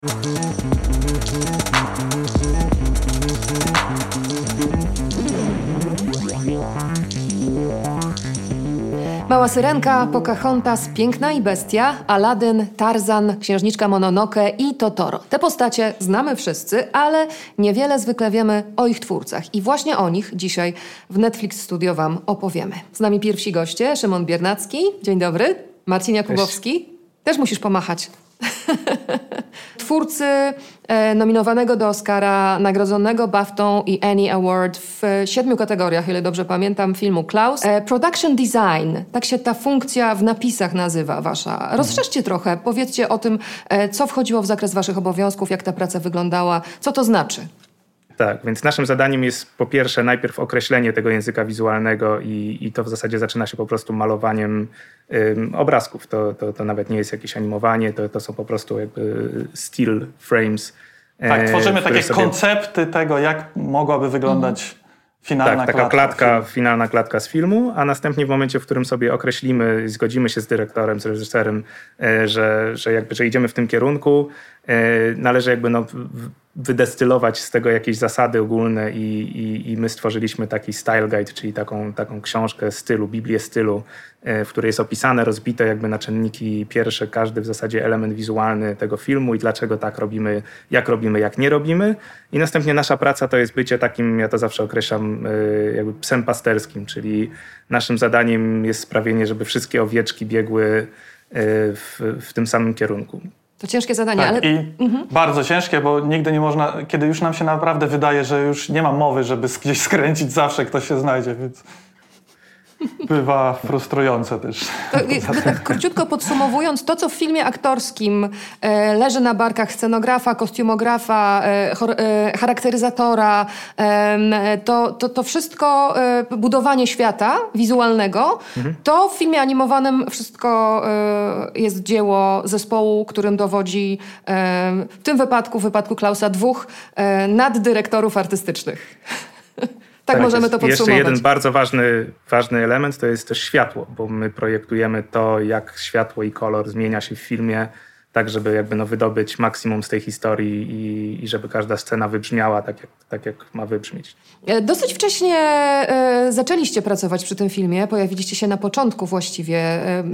Mała Syrenka, Pocahontas, Piękna i Bestia, Aladdin, Tarzan, Księżniczka Mononoke i Totoro. Te postacie znamy wszyscy, ale niewiele zwykle wiemy o ich twórcach. I właśnie o nich dzisiaj w Netflix Studio wam opowiemy. Z nami pierwsi goście, Szymon Biernacki. Dzień dobry. Marcin Jakubowski. Cześć. Też musisz pomachać. Twórcy nominowanego do Oscara, nagrodzonego BAFTą i Annie Award w 7 kategoriach, ile dobrze pamiętam, filmu Klaus. Production Design, tak się ta funkcja w napisach nazywa wasza. Rozszerzcie trochę, powiedzcie o tym, co wchodziło w zakres waszych obowiązków, jak ta praca wyglądała, co to znaczy. Tak, więc naszym zadaniem jest po pierwsze najpierw określenie tego języka wizualnego i to w zasadzie zaczyna się po prostu malowaniem obrazków. To nawet nie jest jakieś animowanie, to są po prostu jakby still frames. Tak, tworzymy takie koncepty tego, jak mogłaby wyglądać finalna finalna klatka z filmu, a następnie w momencie, w którym sobie określimy, zgodzimy się z dyrektorem, z reżyserem, że idziemy w tym kierunku, należy jakby wydestylować z tego jakieś zasady ogólne i my stworzyliśmy taki style guide, czyli taką książkę stylu, Biblię stylu, w której jest opisane, rozbite jakby na czynniki pierwsze, każdy w zasadzie element wizualny tego filmu i dlaczego tak robimy, jak nie robimy. I następnie nasza praca to jest bycie takim, ja to zawsze określam, jakby psem pasterskim, czyli naszym zadaniem jest sprawienie, żeby wszystkie owieczki biegły w tym samym kierunku. To ciężkie zadanie, tak, ale... I bardzo ciężkie, bo nigdy nie można, kiedy już nam się naprawdę wydaje, że już nie ma mowy, żeby gdzieś skręcić, zawsze ktoś się znajdzie, więc bywa frustrujące też. Tak króciutko podsumowując, to co w filmie aktorskim leży na barkach scenografa, kostiumografa, charakteryzatora, to wszystko budowanie świata wizualnego, to w filmie animowanym wszystko jest dzieło zespołu, którym dowodzi w tym wypadku Klausa 2 naddyrektorów artystycznych. Tak możemy to podsumować. Jeszcze jeden bardzo ważny element to jest też światło, bo my projektujemy to, jak światło i kolor zmienia się w filmie, tak żeby jakby wydobyć maksimum z tej historii i żeby każda scena wybrzmiała tak jak ma wybrzmieć. Dosyć wcześnie zaczęliście pracować przy tym filmie, pojawiliście się na początku właściwie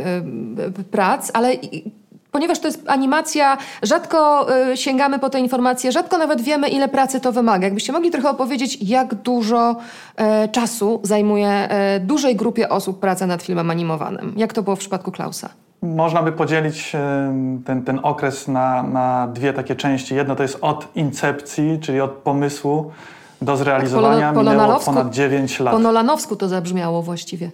prac, ale... Ponieważ to jest animacja, rzadko sięgamy po te informacje, rzadko nawet wiemy, ile pracy to wymaga. Jakbyście mogli trochę opowiedzieć, jak dużo czasu zajmuje dużej grupie osób praca nad filmem animowanym. Jak to było w przypadku Klausa? Można by podzielić ten okres na dwie takie części. Jedno to jest od incepcji, czyli od pomysłu do zrealizowania, minęło ponad 9 lat. Po nolanowsku to zabrzmiało właściwie.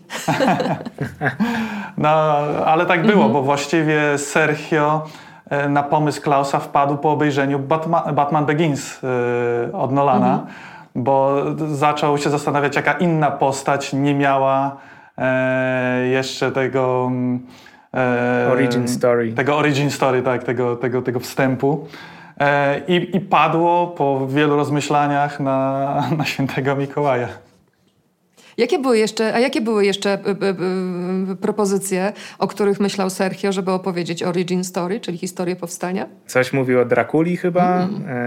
No, ale tak było, bo właściwie Sergio na pomysł Klausa wpadł po obejrzeniu Batman Begins od Nolana, bo zaczął się zastanawiać, jaka inna postać nie miała jeszcze tego... origin story. Tego origin story, tak, tego wstępu. I padło po wielu rozmyślaniach na Świętego Mikołaja. Jakie były jeszcze propozycje, o których myślał Sergio, żeby opowiedzieć origin story, czyli historię powstania? Coś mówił o Drakuli chyba.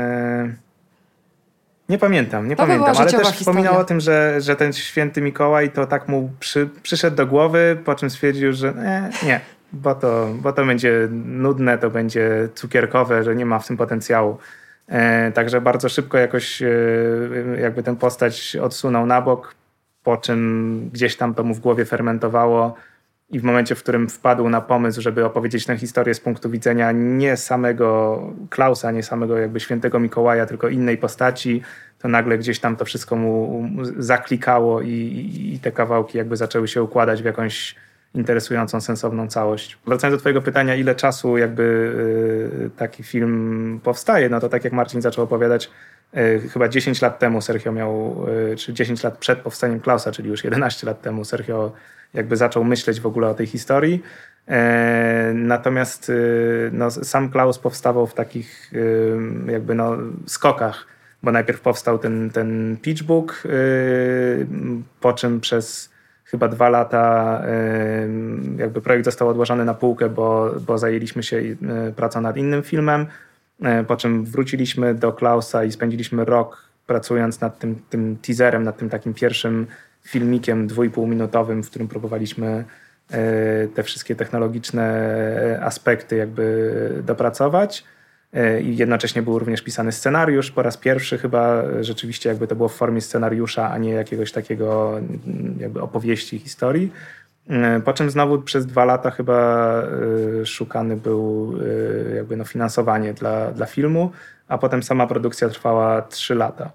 Nie pamiętam, ale też wspominał o tym, że ten Święty Mikołaj to tak mu przyszedł do głowy, po czym stwierdził, że nie. Bo to będzie nudne, to będzie cukierkowe, że nie ma w tym potencjału. Także bardzo szybko jakoś jakby tę postać odsunął na bok, po czym gdzieś tam to mu w głowie fermentowało i w momencie, w którym wpadł na pomysł, żeby opowiedzieć tę historię z punktu widzenia nie samego Klausa, nie samego jakby Świętego Mikołaja, tylko innej postaci, to nagle gdzieś tam to wszystko mu zaklikało i te kawałki jakby zaczęły się układać w jakąś interesującą, sensowną całość. Wracając do twojego pytania, ile czasu jakby taki film powstaje, no to tak jak Marcin zaczął opowiadać, chyba 10 lat temu Sergio miał, czy 10 lat przed powstaniem Klausa, czyli już 11 lat temu Sergio jakby zaczął myśleć w ogóle o tej historii. Natomiast sam Klaus powstawał w takich jakby skokach, bo najpierw powstał ten pitchbook, po czym przez chyba 2 lata jakby projekt został odłożony na półkę, bo zajęliśmy się pracą nad innym filmem. po czym wróciliśmy do Klausa i spędziliśmy rok pracując nad tym teaserem, nad tym takim pierwszym filmikiem 2,5-minutowym, w którym próbowaliśmy te wszystkie technologiczne aspekty jakby dopracować. I jednocześnie był również pisany scenariusz. Po raz pierwszy chyba rzeczywiście jakby to było w formie scenariusza, a nie jakiegoś takiego jakby opowieści, historii. Po czym znowu przez 2 lata chyba szukany był jakby finansowanie dla filmu, a potem sama produkcja trwała 3 lata.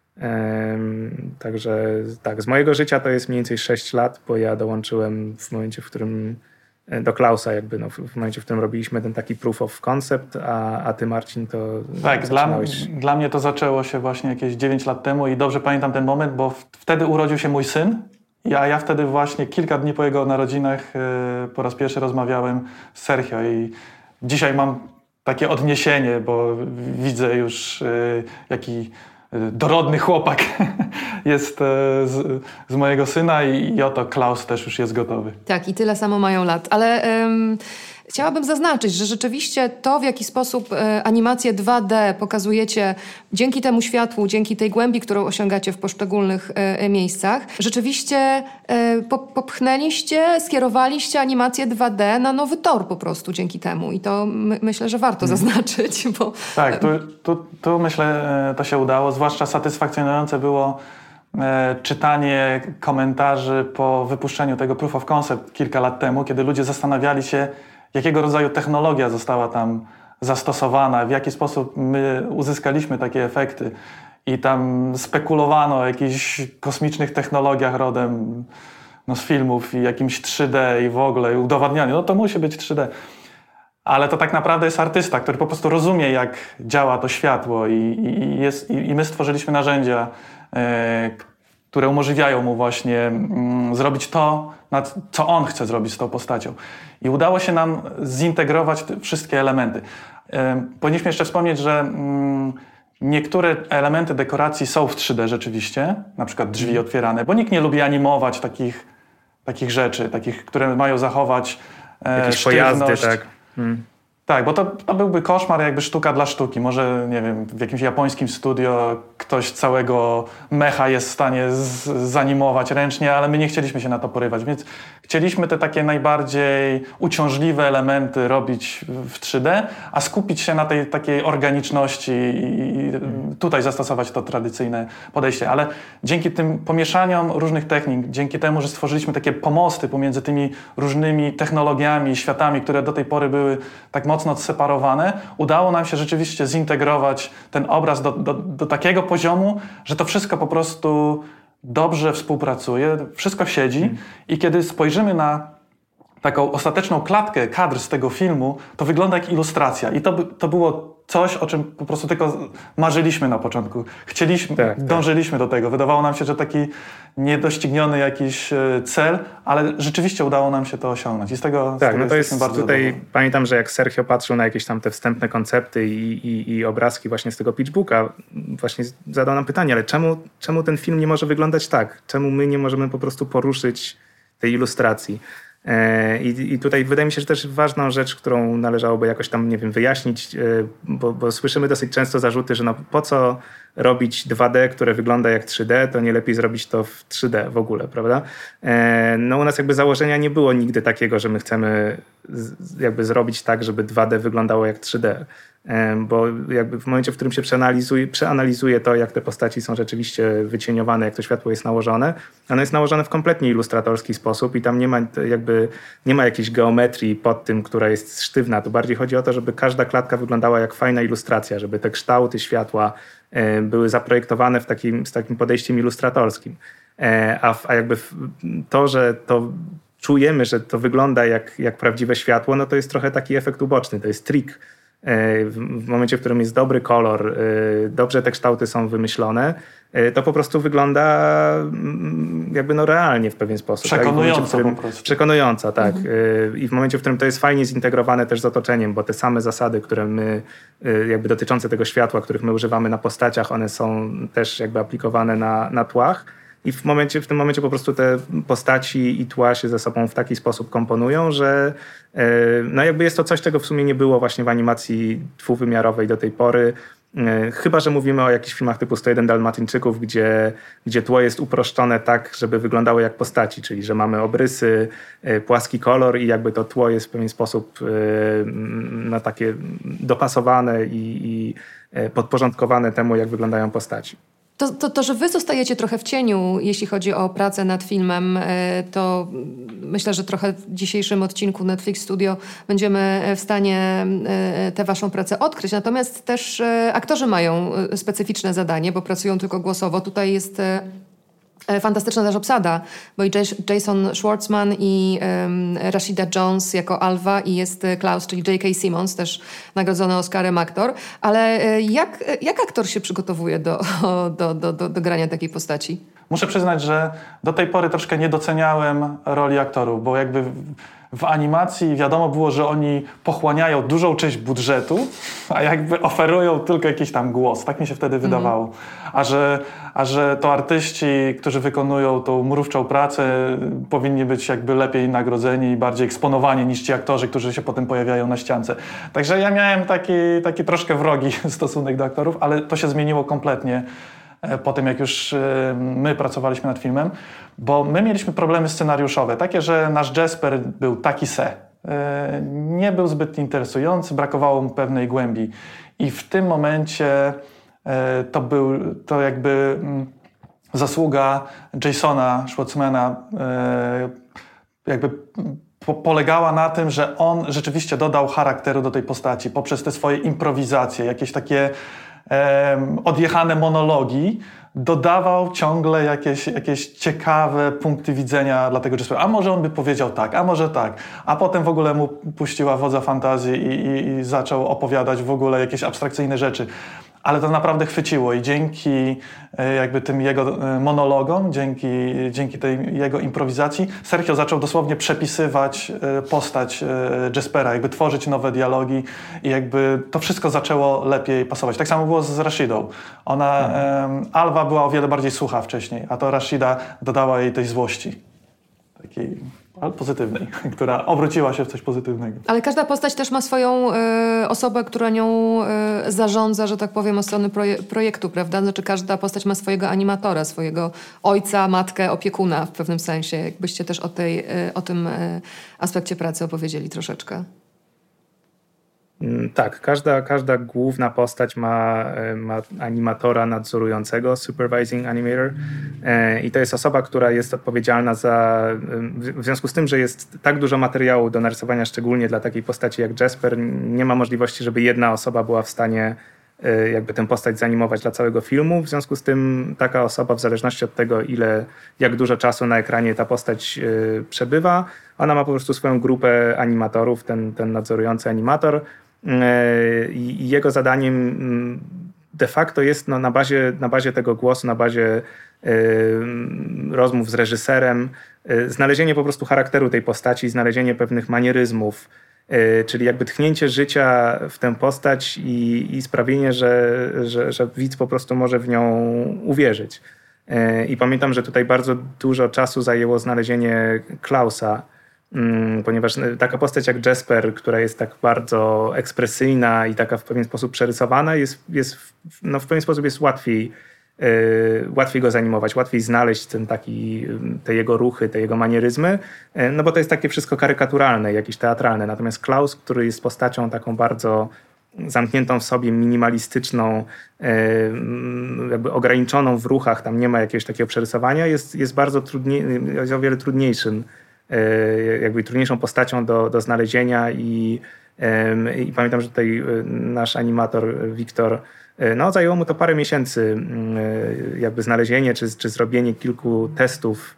Także tak, z mojego życia to jest mniej więcej 6 lat, bo ja dołączyłem w momencie, w którym do Klausa jakby, w momencie, w którym robiliśmy ten taki proof of concept, a ty, Marcin, to tak, dla mnie to zaczęło się właśnie jakieś 9 lat temu i dobrze pamiętam ten moment, bo wtedy urodził się mój syn. Ja wtedy właśnie kilka dni po jego narodzinach po raz pierwszy rozmawiałem z Sergio i dzisiaj mam takie odniesienie, bo widzę już jaki dorodny chłopak jest z mojego syna i oto Klaus też już jest gotowy. Tak, i tyle samo mają lat, ale chciałabym zaznaczyć, że rzeczywiście to, w jaki sposób animację 2D pokazujecie dzięki temu światłu, dzięki tej głębi, którą osiągacie w poszczególnych miejscach, rzeczywiście popchnęliście, skierowaliście animację 2D na nowy tor po prostu dzięki temu i to myślę, że warto zaznaczyć. Bo... Tak, tu myślę, to się udało, zwłaszcza satysfakcjonujące było czytanie komentarzy po wypuszczeniu tego Proof of Concept kilka lat temu, kiedy ludzie zastanawiali się, jakiego rodzaju technologia została tam zastosowana, w jaki sposób my uzyskaliśmy takie efekty. I tam spekulowano o jakichś kosmicznych technologiach rodem z filmów i jakimś 3D i w ogóle udowadnianie. No to musi być 3D. Ale to tak naprawdę jest artysta, który po prostu rozumie, jak działa to światło i my stworzyliśmy narzędzia, które umożliwiają mu właśnie zrobić to, co on chce zrobić z tą postacią. I udało się nam zintegrować te wszystkie elementy. Powinniśmy jeszcze wspomnieć, że niektóre elementy dekoracji są w 3D rzeczywiście, na przykład drzwi otwierane, bo nikt nie lubi animować takich rzeczy, które mają zachować jakieś pojazdy, tak. Tak, bo to byłby koszmar jakby sztuka dla sztuki. Może, nie wiem, w jakimś japońskim studio ktoś całego mecha jest w stanie zanimować ręcznie, ale my nie chcieliśmy się na to porywać, więc chcieliśmy te takie najbardziej uciążliwe elementy robić w 3D, a skupić się na tej takiej organiczności i tutaj zastosować to tradycyjne podejście. Ale dzięki tym pomieszaniom różnych technik, dzięki temu, że stworzyliśmy takie pomosty pomiędzy tymi różnymi technologiami, światami, które do tej pory były tak mocno odseparowane, udało nam się rzeczywiście zintegrować ten obraz do takiego poziomu, że to wszystko po prostu dobrze współpracuje, wszystko siedzi i kiedy spojrzymy na taką ostateczną klatkę, kadr z tego filmu, to wygląda jak ilustracja i to było coś, o czym po prostu tylko marzyliśmy na początku. Dążyliśmy do tego. Wydawało nam się, że taki niedościgniony jakiś cel, ale rzeczywiście udało nam się to osiągnąć. I z tego to jest bardzo tutaj. Pamiętam, że jak Sergio patrzył na jakieś tam te wstępne koncepty i obrazki właśnie z tego pitchbooka, właśnie zadał nam pytanie, ale czemu ten film nie może wyglądać tak? Czemu my nie możemy po prostu poruszyć tej ilustracji? I tutaj wydaje mi się, że też ważną rzecz, którą należałoby jakoś tam, nie wiem, wyjaśnić, bo słyszymy dosyć często zarzuty, że po co robić 2D, które wygląda jak 3D, to nie lepiej zrobić to w 3D w ogóle, prawda? U nas jakby założenia nie było nigdy takiego, że my chcemy jakby zrobić tak, żeby 2D wyglądało jak 3D. Bo jakby w momencie, w którym się przeanalizuje to, jak te postaci są rzeczywiście wycieniowane, jak to światło jest nałożone, ono jest nałożone w kompletnie ilustratorski sposób i tam nie ma jakiejś geometrii pod tym, która jest sztywna. Tu bardziej chodzi o to, żeby każda klatka wyglądała jak fajna ilustracja, żeby te kształty światła były zaprojektowane z takim podejściem ilustratorskim. A jakby to, że to czujemy, że to wygląda jak prawdziwe światło, no to jest trochę taki efekt uboczny, to jest trik. W momencie, w którym jest dobry kolor, dobrze te kształty są wymyślone, to po prostu wygląda jakby realnie w pewien sposób. Przekonująco po prostu. Przekonująca, tak. I w momencie, w którym to jest fajnie zintegrowane też z otoczeniem, bo te same zasady, które my, jakby dotyczące tego światła, których my używamy na postaciach, one są też jakby aplikowane na tłach, i w tym momencie po prostu te postaci i tła się ze sobą w taki sposób komponują, że no jakby jest to coś, czego w sumie nie było właśnie w animacji dwuwymiarowej do tej pory. Chyba że mówimy o jakichś filmach typu 101 Dalmatyńczyków, gdzie tło jest uproszczone tak, żeby wyglądało jak postaci, czyli że mamy obrysy, płaski kolor i jakby to tło jest w pewien sposób no, takie dopasowane i podporządkowane temu, jak wyglądają postaci. To, że wy zostajecie trochę w cieniu, jeśli chodzi o pracę nad filmem, to myślę, że trochę w dzisiejszym odcinku Netflix Studio będziemy w stanie tę waszą pracę odkryć. Natomiast też aktorzy mają specyficzne zadanie, bo pracują tylko głosowo. Tutaj jest fantastyczna też obsada, bo i Jason Schwartzman i Rashida Jones jako Alva i jest Klaus, czyli J.K. Simmons, też nagrodzony Oscarem aktor. Ale jak aktor się przygotowuje do grania takiej postaci? Muszę przyznać, że do tej pory troszkę nie doceniałem roli aktorów, bo jakby w animacji wiadomo było, że oni pochłaniają dużą część budżetu, a jakby oferują tylko jakiś tam głos. Tak mi się wtedy wydawało. A że to artyści, którzy wykonują tą mrówczą pracę, powinni być jakby lepiej nagrodzeni i bardziej eksponowani niż ci aktorzy, którzy się potem pojawiają na ściance. Także ja miałem taki troszkę wrogi stosunek do aktorów, ale to się zmieniło kompletnie po tym, jak już my pracowaliśmy nad filmem, bo my mieliśmy problemy scenariuszowe, takie, że nasz Jasper był taki nie był zbyt interesujący, brakowało mu pewnej głębi. I w tym momencie to jakby zasługa Jasona Schwartzmana jakby polegała na tym, że on rzeczywiście dodał charakteru do tej postaci poprzez te swoje improwizacje, jakieś takie odjechane monologi, dodawał ciągle jakieś ciekawe punkty widzenia dla tego Jaspera. A może on by powiedział tak, a może tak. A potem w ogóle mu puściła wodza fantazji i zaczął opowiadać w ogóle jakieś abstrakcyjne rzeczy. Ale to naprawdę chwyciło i dzięki jakby tym jego monologom, dzięki tej jego improwizacji, Sergio zaczął dosłownie przepisywać postać Jaspera, jakby tworzyć nowe dialogi i jakby to wszystko zaczęło lepiej pasować. Tak samo było z Rashidą. Alva była o wiele bardziej sucha wcześniej, a to Rashida dodała jej tej złości. Takiej ale pozytywnej, która obróciła się w coś pozytywnego. Ale każda postać też ma swoją osobę, która nią zarządza, że tak powiem, od strony projektu, prawda? Znaczy każda postać ma swojego animatora, swojego ojca, matkę, opiekuna w pewnym sensie. Jakbyście też o tym aspekcie pracy opowiedzieli troszeczkę. Tak, każda główna postać ma animatora nadzorującego, supervising animator, i to jest osoba, która jest odpowiedzialna w związku z tym, że jest tak dużo materiału do narysowania, szczególnie dla takiej postaci jak Jasper, nie ma możliwości, żeby jedna osoba była w stanie jakby tę postać zanimować dla całego filmu. W związku z tym taka osoba, w zależności od tego, jak dużo czasu na ekranie ta postać przebywa, ona ma po prostu swoją grupę animatorów, ten nadzorujący animator, i jego zadaniem de facto jest na bazie tego głosu, na bazie rozmów z reżyserem, znalezienie po prostu charakteru tej postaci, znalezienie pewnych manieryzmów, czyli jakby tchnięcie życia w tę postać i sprawienie, że widz po prostu może w nią uwierzyć. I pamiętam, że tutaj bardzo dużo czasu zajęło znalezienie Klausa, ponieważ taka postać jak Jasper, która jest tak bardzo ekspresyjna i taka w pewien sposób przerysowana, w pewien sposób jest łatwiej go zanimować, łatwiej znaleźć te jego ruchy, te jego manieryzmy, no bo to jest takie wszystko karykaturalne, jakieś teatralne. Natomiast Klaus, który jest postacią taką bardzo zamkniętą w sobie, minimalistyczną, jakby ograniczoną w ruchach, tam nie ma jakiegoś takiego przerysowania, jest o wiele trudniejszym, jakby trudniejszą postacią do znalezienia i pamiętam, że tutaj nasz animator Wiktor, zajęło mu to parę miesięcy, jakby znalezienie czy zrobienie kilku testów,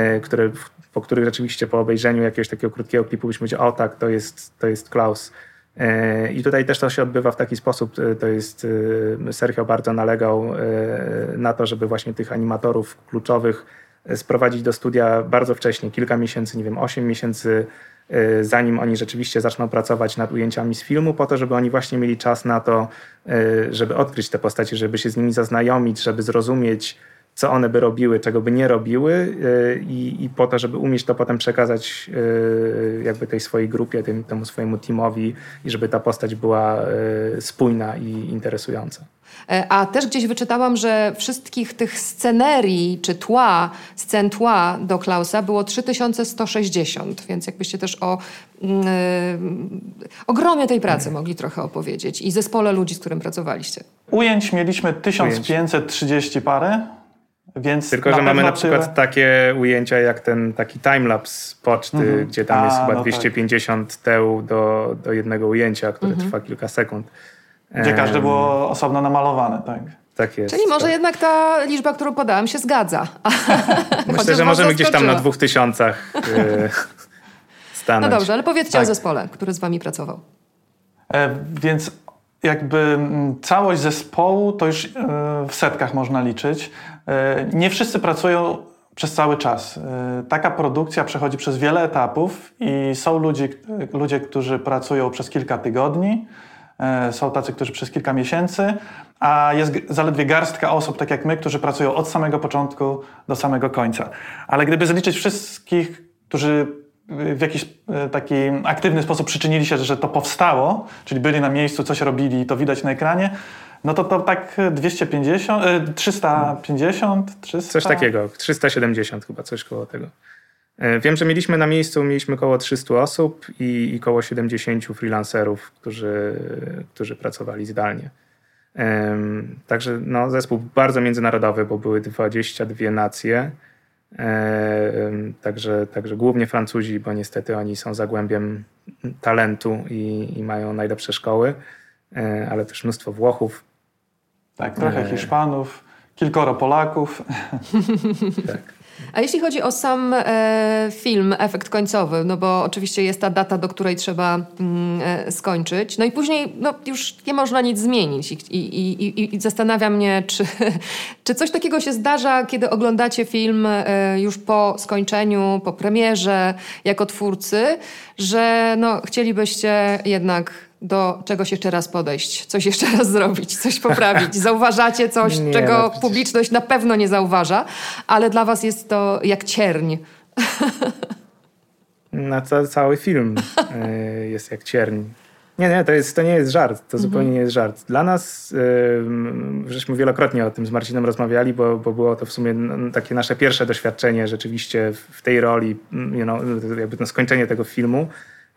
po których rzeczywiście po obejrzeniu jakiegoś takiego krótkiego klipu byśmy powiedzieli, o tak, to jest Klaus. I tutaj też to się odbywa w taki sposób, to jest Sergio bardzo nalegał na to, żeby właśnie tych animatorów kluczowych sprowadzić do studia bardzo wcześnie, kilka miesięcy, 8 miesięcy, zanim oni rzeczywiście zaczną pracować nad ujęciami z filmu, po to, żeby oni właśnie mieli czas na to, żeby odkryć te postacie, żeby się z nimi zaznajomić, żeby zrozumieć, co one by robiły, czego by nie robiły i po to, żeby umieć to potem przekazać jakby tej swojej grupie, temu swojemu teamowi i żeby ta postać była spójna i interesująca. A też gdzieś wyczytałam, że wszystkich tych scenerii czy scen tła do Klausa było 3160, więc jakbyście też o gromie tej pracy mogli trochę opowiedzieć i zespole ludzi, z którym pracowaliście. Ujęć mieliśmy 1530 parę. Więc tylko, że mamy na przykład takie ujęcia jak ten taki timelapse poczty, gdzie tam jest chyba 250 teł do jednego ujęcia, które trwa kilka sekund. Gdzie każde było osobno namalowane, tak. Tak jest. Czyli może jednak ta liczba, którą podałam, się zgadza. Myślę, że możemy gdzieś tam na 2000 stanąć. No dobrze, ale powiedzcie o zespole, który z wami pracował. Więc jakby całość zespołu to już w setkach można liczyć. Nie wszyscy pracują przez cały czas. Taka produkcja przechodzi przez wiele etapów i są ludzie, którzy pracują przez kilka tygodni, są tacy, którzy przez kilka miesięcy, a jest zaledwie garstka osób, tak jak my, którzy pracują od samego początku do samego końca. Ale gdyby zliczyć wszystkich, którzy w jakiś taki aktywny sposób przyczynili się, że to powstało, czyli byli na miejscu, coś robili i to widać na ekranie, no to tak 250, 350, 300... Coś takiego, 370 chyba, coś koło tego. Wiem, że mieliśmy na miejscu koło 300 osób i koło 70 freelancerów, którzy pracowali zdalnie. Także zespół bardzo międzynarodowy, bo były 22 nacje. Także głównie Francuzi, bo niestety oni są zagłębiem talentu i mają najlepsze szkoły, ale też mnóstwo Włochów. Tak, trochę Hiszpanów, kilkoro Polaków. Tak. A jeśli chodzi o sam film, efekt końcowy, no bo oczywiście jest ta data, do której trzeba skończyć, no i później już nie można nic zmienić i zastanawia mnie, czy coś takiego się zdarza, kiedy oglądacie film już po skończeniu, po premierze, jako twórcy, że chcielibyście jednak do czegoś jeszcze raz podejść, coś jeszcze raz zrobić, coś poprawić. Zauważacie coś, czego publiczność na pewno nie zauważa, ale dla was jest to jak cierń. Cały film jest jak cierń. Nie, to nie jest żart, to zupełnie nie jest żart. Dla nas, żeśmy wielokrotnie o tym z Marcinem rozmawiali, bo było to w sumie takie nasze pierwsze doświadczenie rzeczywiście w tej roli, jakby skończenie tego filmu.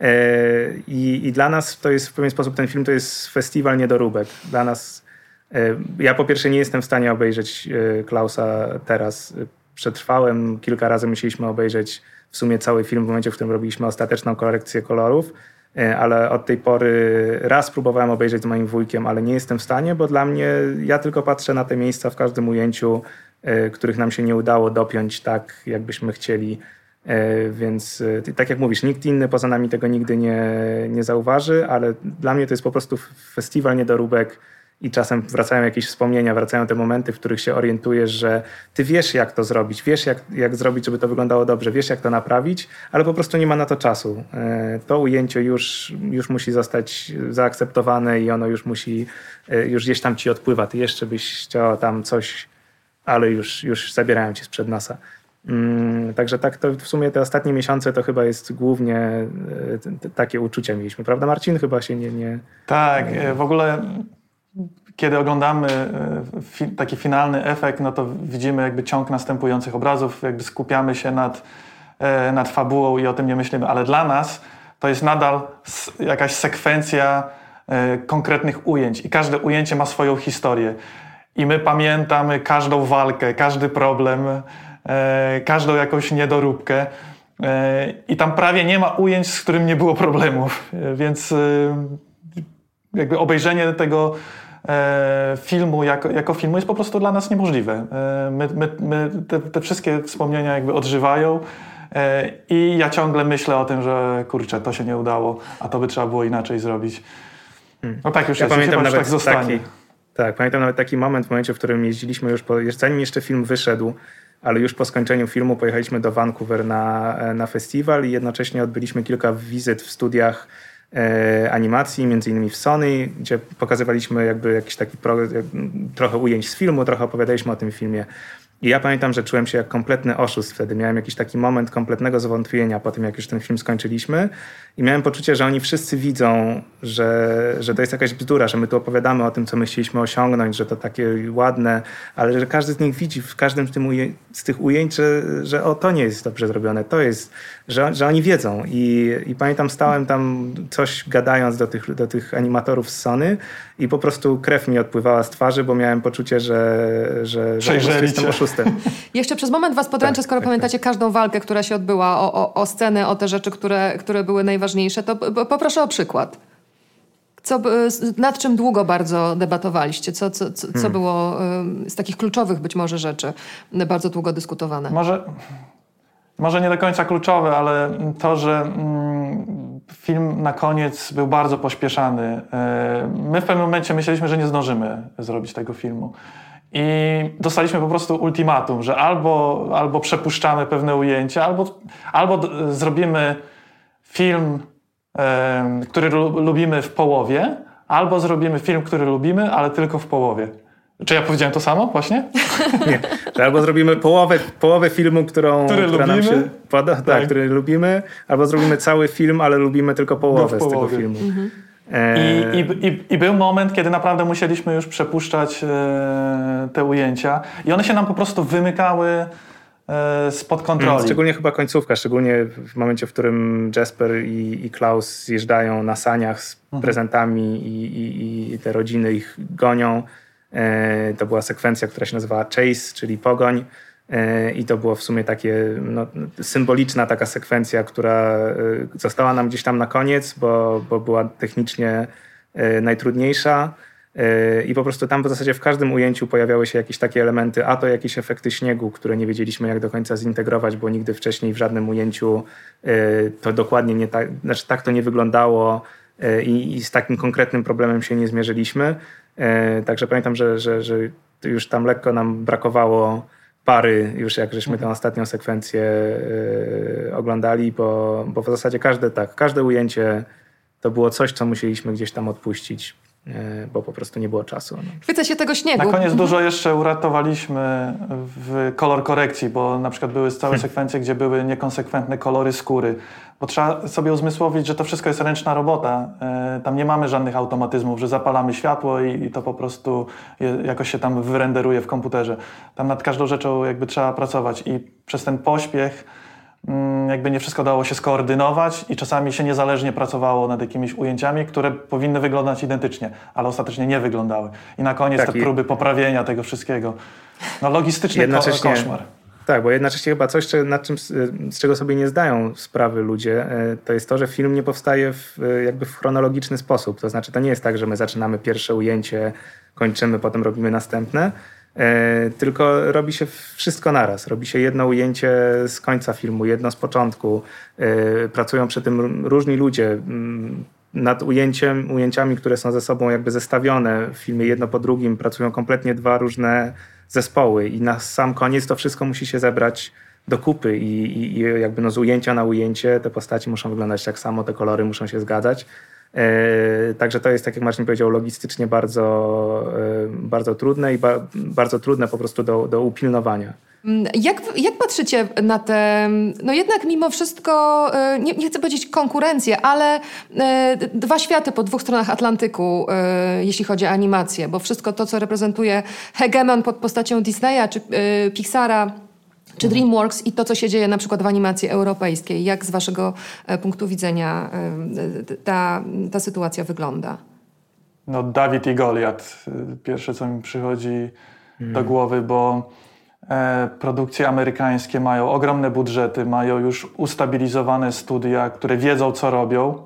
I dla nas to jest w pewien sposób, ten film to jest festiwal niedoróbek. Dla nas, ja po pierwsze nie jestem w stanie obejrzeć Klausa teraz. Przetrwałem, kilka razy musieliśmy obejrzeć w sumie cały film w momencie, w którym robiliśmy ostateczną korekcję kolorów, ale od tej pory raz próbowałem obejrzeć z moim wujkiem, ale nie jestem w stanie, bo dla mnie, ja tylko patrzę na te miejsca w każdym ujęciu, których nam się nie udało dopiąć tak, jakbyśmy chcieli. Więc tak jak mówisz, nikt inny poza nami tego nigdy nie zauważy, ale dla mnie to jest po prostu festiwal niedoróbek i czasem wracają jakieś wspomnienia, wracają te momenty, w których się orientujesz, że ty wiesz, jak to zrobić, wiesz, jak zrobić, żeby to wyglądało dobrze, wiesz, jak to naprawić, ale po prostu nie ma na to czasu. To ujęcie już musi zostać zaakceptowane i ono już gdzieś tam ci odpływa. Ty jeszcze byś chciała tam coś, ale już zabierają ci sprzed nosa. Także tak, to w sumie te ostatnie miesiące to chyba jest głównie takie uczucia mieliśmy, prawda Marcin? Chyba się nie... Tak, w ogóle kiedy oglądamy taki finalny efekt, no to widzimy jakby ciąg następujących obrazów, jakby skupiamy się nad fabułą i o tym nie myślimy, ale dla nas to jest nadal jakaś sekwencja konkretnych ujęć i każde ujęcie ma swoją historię i my pamiętamy każdą walkę, każdy problem, każdą jakąś niedoróbkę i tam prawie nie ma ujęć, z którym nie było problemów, więc jakby obejrzenie tego filmu jako filmu jest po prostu dla nas niemożliwe. Te wszystkie wspomnienia jakby odżywają i ja ciągle myślę o tym, że kurczę, to się nie udało, a to by trzeba było inaczej zrobić. No tak już ja jest, pamiętam nawet tak zostanie. Pamiętam nawet taki moment w momencie, w którym jeździliśmy już, zanim jeszcze film wyszedł, ale już po skończeniu filmu pojechaliśmy do Vancouver na festiwal i jednocześnie odbyliśmy kilka wizyt w studiach animacji, między innymi w Sony, gdzie pokazywaliśmy jakby jakiś taki trochę ujęć z filmu, trochę opowiadaliśmy o tym filmie. I ja pamiętam, że czułem się jak kompletny oszust wtedy. Miałem jakiś taki moment kompletnego zwątpienia po tym, jak już ten film skończyliśmy. I miałem poczucie, że oni wszyscy widzą, że to jest jakaś bzdura, że my tu opowiadamy o tym, co my chcieliśmy osiągnąć, że to takie ładne, ale że każdy z nich widzi w każdym z tych ujęć, że to nie jest dobrze zrobione. To jest, że oni wiedzą. I pamiętam, stałem tam coś gadając do tych animatorów z Sony i po prostu krew mi odpływała z twarzy, bo miałem poczucie, że jestem oszustem. Jeszcze przez moment was podręczę, skoro pamiętacie każdą walkę, która się odbyła, o sceny, o te rzeczy, które były najważniejsze, to poproszę o przykład. Nad czym długo bardzo debatowaliście? Co było z takich kluczowych być może rzeczy bardzo długo dyskutowane? Może nie do końca kluczowe, ale to, że film na koniec był bardzo pośpieszany. My w pewnym momencie myśleliśmy, że nie zdążymy zrobić tego filmu. I dostaliśmy po prostu ultimatum, że albo przepuszczamy pewne ujęcia, albo zrobimy film, który lubimy w połowie, albo zrobimy film, który lubimy, ale tylko w połowie. Czy ja powiedziałem to samo właśnie? Nie. Albo zrobimy połowę filmu, która nam się podoba, tak, który lubimy, albo zrobimy cały film, ale lubimy tylko połowę z tego filmu. Mhm. I był moment, kiedy naprawdę musieliśmy już przepuszczać te ujęcia i one się nam po prostu wymykały spod kontroli. Szczególnie chyba końcówka, szczególnie w momencie, w którym Jasper i Klaus zjeżdżają na saniach z prezentami i te rodziny ich gonią. To była sekwencja, która się nazywała Chase, czyli pogoń. I to było w sumie takie symboliczna taka sekwencja, która została nam gdzieś tam na koniec, bo była technicznie najtrudniejsza. I po prostu tam w zasadzie w każdym ujęciu pojawiały się jakieś takie elementy, a to jakieś efekty śniegu, które nie wiedzieliśmy jak do końca zintegrować, bo nigdy wcześniej w żadnym ujęciu to dokładnie nie tak, znaczy tak to nie wyglądało i z takim konkretnym problemem się nie zmierzyliśmy. Także pamiętam, że już tam lekko nam brakowało pary, już jak żeśmy tę ostatnią sekwencję oglądali, bo w zasadzie każde ujęcie to było coś, co musieliśmy gdzieś tam odpuścić, bo po prostu nie było czasu. Chwycę się tego śniegu. Na koniec dużo jeszcze uratowaliśmy w kolor korekcji, bo na przykład były całe sekwencje, gdzie były niekonsekwentne kolory skóry, bo trzeba sobie uzmysłowić, że to wszystko jest ręczna robota. Tam nie mamy żadnych automatyzmów, że zapalamy światło i to po prostu jakoś się tam wyrenderuje w komputerze. Tam nad każdą rzeczą jakby trzeba pracować i przez ten pośpiech jakby nie wszystko dało się skoordynować i czasami się niezależnie pracowało nad jakimiś ujęciami, które powinny wyglądać identycznie, ale ostatecznie nie wyglądały. I na koniec te próby poprawienia tego wszystkiego. Logistyczny koszmar. Tak, bo jednocześnie chyba coś, z czego sobie nie zdają sprawy ludzie, to jest to, że film nie powstaje jakby w chronologiczny sposób. To znaczy, to nie jest tak, że my zaczynamy pierwsze ujęcie, kończymy, potem robimy następne, tylko robi się wszystko naraz. Robi się jedno ujęcie z końca filmu, jedno z początku. Pracują przy tym różni ludzie nad ujęciami, które są ze sobą jakby zestawione w filmie jedno po drugim. Pracują kompletnie dwa różne zespoły i na sam koniec to wszystko musi się zebrać do kupy i jakby z ujęcia na ujęcie te postaci muszą wyglądać tak samo, te kolory muszą się zgadzać. Także to jest, tak jak Marcin powiedział, logistycznie bardzo trudne i bardzo trudne po prostu do upilnowania. Jak patrzycie na te, jednak mimo wszystko, nie chcę powiedzieć konkurencję, ale dwa światy po dwóch stronach Atlantyku, jeśli chodzi o animację, bo wszystko to, co reprezentuje hegemon pod postacią Disneya czy Pixara, czy DreamWorks i to, co się dzieje na przykład w animacji europejskiej. Jak z waszego punktu widzenia ta sytuacja wygląda? Dawid i Goliat. Pierwsze, co mi przychodzi do głowy, bo produkcje amerykańskie mają ogromne budżety, mają już ustabilizowane studia, które wiedzą, co robią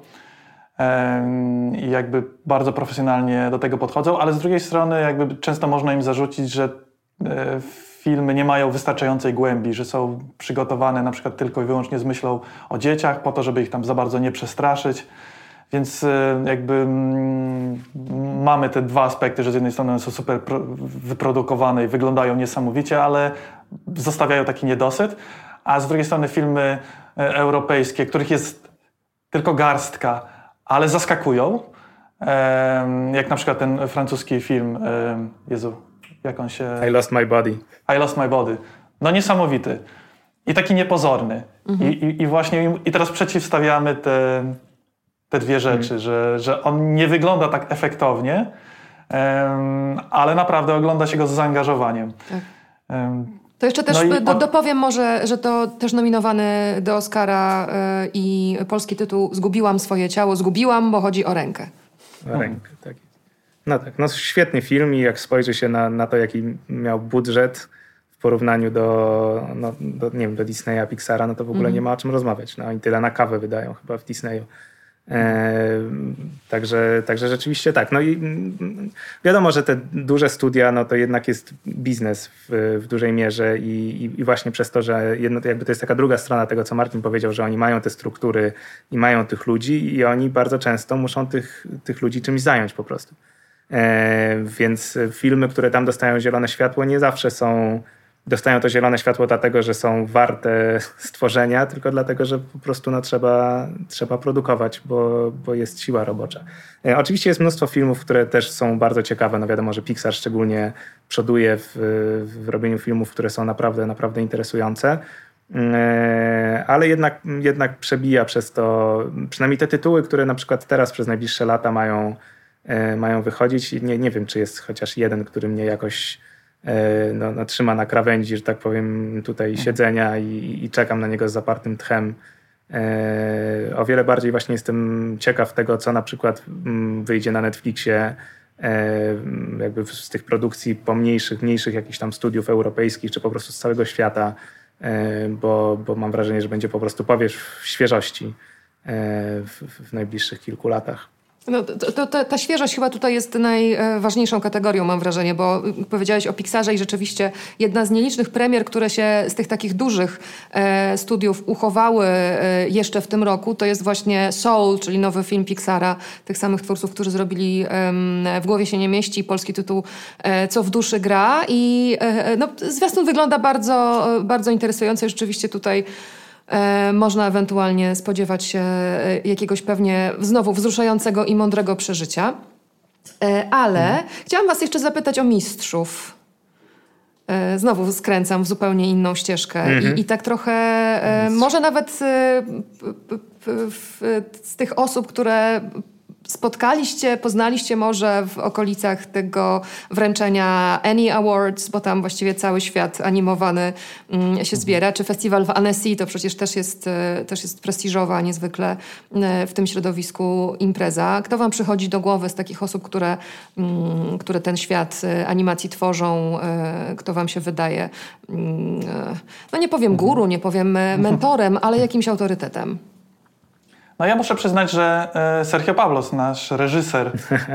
i jakby bardzo profesjonalnie do tego podchodzą, ale z drugiej strony jakby często można im zarzucić, że filmy nie mają wystarczającej głębi, że są przygotowane na przykład tylko i wyłącznie z myślą o dzieciach, po to, żeby ich tam za bardzo nie przestraszyć. Więc jakby mamy te dwa aspekty, że z jednej strony one są super wyprodukowane i wyglądają niesamowicie, ale zostawiają taki niedosyt, a z drugiej strony filmy europejskie, których jest tylko garstka, ale zaskakują, jak na przykład ten francuski film, jak on się... I Lost My Body. I Lost My Body. No niesamowity. I taki niepozorny. I właśnie i teraz przeciwstawiamy te dwie rzeczy, że on nie wygląda tak efektownie, ale naprawdę ogląda się go z zaangażowaniem. Tak. To jeszcze też dopowiem może, że to też nominowany do Oscara i polski tytuł Zgubiłam swoje ciało. Zgubiłam, bo chodzi o rękę. O rękę, tak. No tak, no świetny film i jak spojrzy się na to, jaki miał budżet w porównaniu do nie wiem, do Disneya, Pixara, no to w ogóle nie ma o czym rozmawiać. No i tyle na kawę wydają chyba w Disneyu. Także rzeczywiście tak. No i wiadomo, że te duże studia, no to jednak jest biznes w dużej mierze i właśnie przez to, że jakby to jest taka druga strona tego, co Martin powiedział, że oni mają te struktury i mają tych ludzi i oni bardzo często muszą tych ludzi czymś zająć po prostu. Więc filmy, które tam dostają zielone światło, nie zawsze dostają to zielone światło dlatego, że są warte stworzenia, tylko dlatego, że po prostu trzeba produkować, bo jest siła robocza. Oczywiście jest mnóstwo filmów, które też są bardzo ciekawe. No wiadomo, że Pixar szczególnie przoduje w robieniu filmów, które są naprawdę, naprawdę interesujące. Ale jednak przebija przez to, przynajmniej te tytuły, które na przykład teraz przez najbliższe lata mają wychodzić. Nie wiem, czy jest chociaż jeden, który mnie jakoś trzyma na krawędzi, że tak powiem, tutaj siedzenia i czekam na niego z zapartym tchem. O wiele bardziej właśnie jestem ciekaw tego, co na przykład wyjdzie na Netflixie, jakby z tych produkcji mniejszych jakichś tam studiów europejskich, czy po prostu z całego świata, bo mam wrażenie, że będzie po prostu powiew świeżości w najbliższych kilku latach. No, ta świeżość chyba tutaj jest najważniejszą kategorią, mam wrażenie, bo powiedziałeś o Pixarze i rzeczywiście jedna z nielicznych premier, które się z tych takich dużych studiów uchowały jeszcze w tym roku, to jest właśnie Soul, czyli nowy film Pixara, tych samych twórców, którzy zrobili W głowie się nie mieści, polski tytuł Co w duszy gra i zwiastun wygląda bardzo, bardzo interesująco. Rzeczywiście tutaj można ewentualnie spodziewać się jakiegoś pewnie znowu wzruszającego i mądrego przeżycia. Ale chciałam was jeszcze zapytać o mistrzów. Znowu skręcam w zupełnie inną ścieżkę. I tak trochę może nawet z tych osób, które poznaliście może w okolicach tego wręczenia Annie Awards, bo tam właściwie cały świat animowany się zbiera, czy festiwal w Annecy, to przecież też jest prestiżowa niezwykle w tym środowisku impreza. Kto wam przychodzi do głowy z takich osób, które ten świat animacji tworzą, kto wam się wydaje, no nie powiem guru, nie powiem mentorem, ale jakimś autorytetem? No ja muszę przyznać, że Sergio Pablos, nasz reżyser,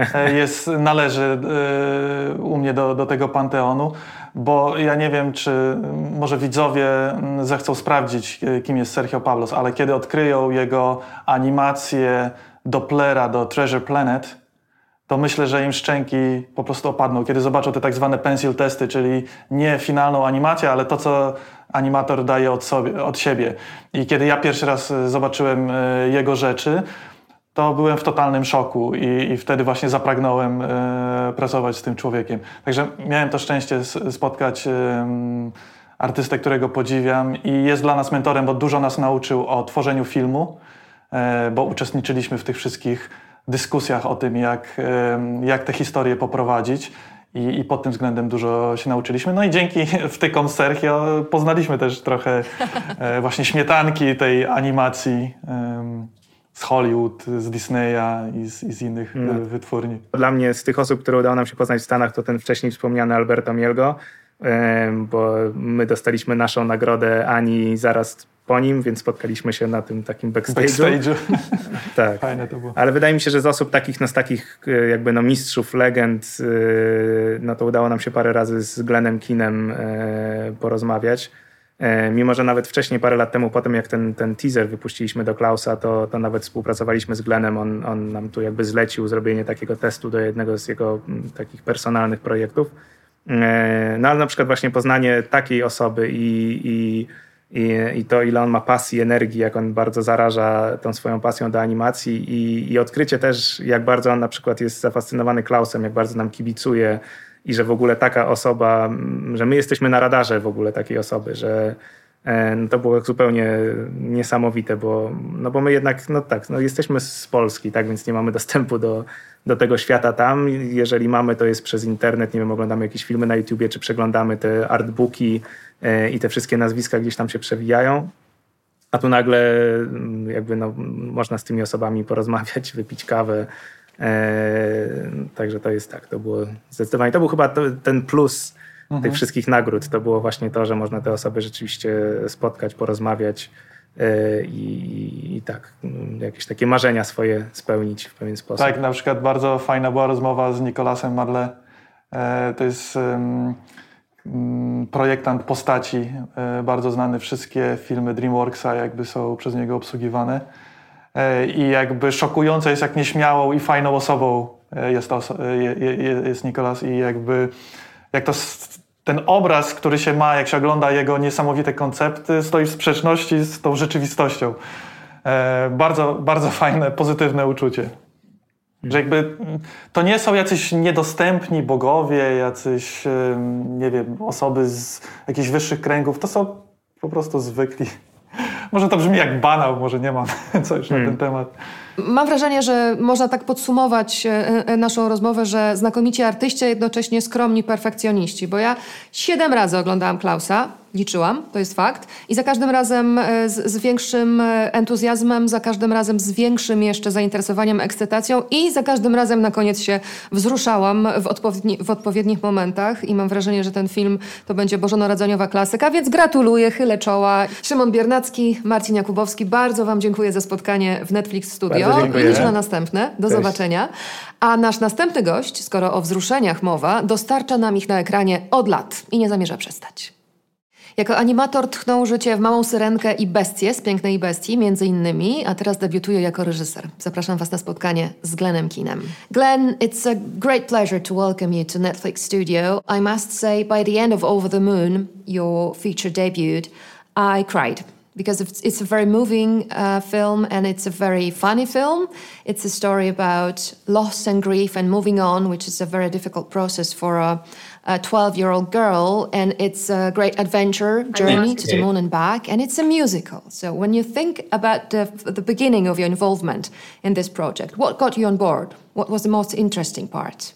należy u mnie do tego panteonu, bo ja nie wiem, czy może widzowie zechcą sprawdzić, kim jest Sergio Pablos, ale kiedy odkryją jego animację Dopplera do Treasure Planet, to myślę, że im szczęki po prostu opadną, kiedy zobaczą te tak zwane pencil testy, czyli nie finalną animację, ale to, co animator daje od siebie. I kiedy ja pierwszy raz zobaczyłem jego rzeczy, to byłem w totalnym szoku i wtedy właśnie zapragnąłem pracować z tym człowiekiem. Także miałem to szczęście spotkać artystę, którego podziwiam i jest dla nas mentorem, bo dużo nas nauczył o tworzeniu filmu, bo uczestniczyliśmy w tych wszystkich dyskusjach o tym, jak te historie poprowadzić i pod tym względem dużo się nauczyliśmy. No i dzięki wtykom Sergio poznaliśmy też trochę właśnie śmietanki tej animacji z Hollywood, z Disneya i z innych wytwórni. Dla mnie z tych osób, które udało nam się poznać w Stanach, to ten wcześniej wspomniany Alberto Mielgo, bo my dostaliśmy naszą nagrodę Ani zaraz po nim, więc spotkaliśmy się na tym takim backstage'u. Tak. Fajne to było. Ale wydaje mi się, że z osób takich, z takich jakby mistrzów, legend, to udało nam się parę razy z Glennem Keanem porozmawiać. Mimo że nawet wcześniej, parę lat temu, po tym jak ten teaser wypuściliśmy do Klausa, to nawet współpracowaliśmy z Glennem. On nam tu jakby zlecił zrobienie takiego testu do jednego z jego takich personalnych projektów. No ale na przykład właśnie poznanie takiej osoby i to, ile on ma pasji, energii, jak on bardzo zaraża tą swoją pasją do animacji i odkrycie też, jak bardzo on na przykład jest zafascynowany Klausem, jak bardzo nam kibicuje i że w ogóle taka osoba, że my jesteśmy na radarze w ogóle takiej osoby, że to było zupełnie niesamowite, bo my jednak, jesteśmy z Polski, tak, więc nie mamy dostępu do tego świata tam. Jeżeli mamy, to jest przez internet, nie wiem, oglądamy jakieś filmy na YouTubie, czy przeglądamy te artbooki i te wszystkie nazwiska gdzieś tam się przewijają. A tu nagle jakby można z tymi osobami porozmawiać, wypić kawę. Także to jest tak, to było zdecydowanie, to był chyba ten plus tych wszystkich nagród. To było właśnie to, że można te osoby rzeczywiście spotkać, porozmawiać i tak, jakieś takie marzenia swoje spełnić w pewien sposób. Tak, na przykład bardzo fajna była rozmowa z Nicolasem Marle. To jest projektant postaci, bardzo znany, wszystkie filmy DreamWorksa jakby są przez niego obsługiwane. I jakby szokujące jest, jak nieśmiałą i fajną osobą jest Nicolas i jakby jak to ten obraz, który się ma, jak się ogląda jego niesamowite koncepty, stoi w sprzeczności z tą rzeczywistością. Bardzo, bardzo fajne, pozytywne uczucie. Że jakby to nie są jacyś niedostępni bogowie, jacyś, nie wiem, osoby z jakichś wyższych kręgów. To są po prostu zwykli. Może to brzmi jak banał, może nie mam coś na ten temat. Mam wrażenie, że można tak podsumować naszą rozmowę, że znakomici artyści, a jednocześnie skromni perfekcjoniści. Bo ja 7 razy oglądałam Klausa, liczyłam, to jest fakt. I za każdym razem z większym entuzjazmem, za każdym razem z większym jeszcze zainteresowaniem, ekscytacją i za każdym razem na koniec się wzruszałam w odpowiednich momentach. I mam wrażenie, że ten film to będzie bożonarodzeniowa klasyka, więc gratuluję, chylę czoła. Szymon Biernacki, Marcin Jakubowski, bardzo wam dziękuję za spotkanie w Netflix Studio. I liczę na następne. Do zobaczenia. A nasz następny gość, skoro o wzruszeniach mowa, dostarcza nam ich na ekranie od lat i nie zamierza przestać. Jako animator tchnął życie w Małą Syrenkę i Bestię z Pięknej Bestii, między innymi, a teraz debiutuje jako reżyser. Zapraszam was na spotkanie z Glennem Keenem. Glenn, it's a great pleasure to welcome you to Netflix Studio. I must say, by the end of Over the Moon, your feature debut, I cried. Because it's a very moving film and it's a very funny film. It's a story about loss and grief and moving on, which is a very difficult process for a 12-year-old girl. And it's a great adventure journey to the moon and back. And it's a musical. So when you think about the beginning of your involvement in this project, what got you on board? What was the most interesting part?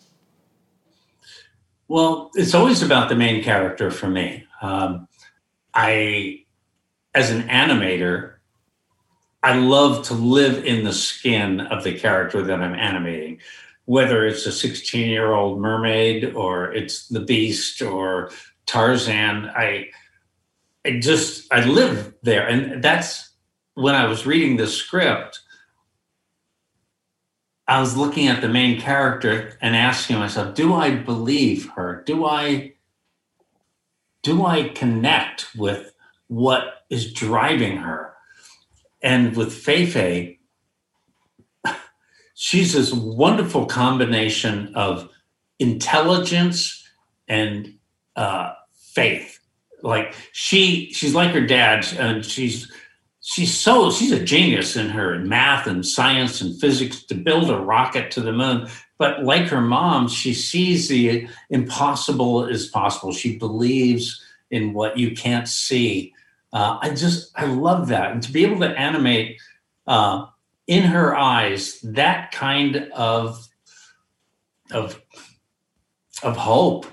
Well, it's always about the main character for me. As an animator, I love to live in the skin of the character that I'm animating, whether it's a 16-year-old mermaid or it's the Beast or Tarzan. I live there. And that's when I was reading the script, I was looking at the main character and asking myself, do I believe her? Do I connect with what is driving her? And with Feifei, she's this wonderful combination of intelligence and faith. Like she's like her dad, and she's a genius in her math and science and physics to build a rocket to the moon. But like her mom, she sees the impossible as possible. She believes in what you can't see. I love that. And to be able to animate in her eyes that kind of hope,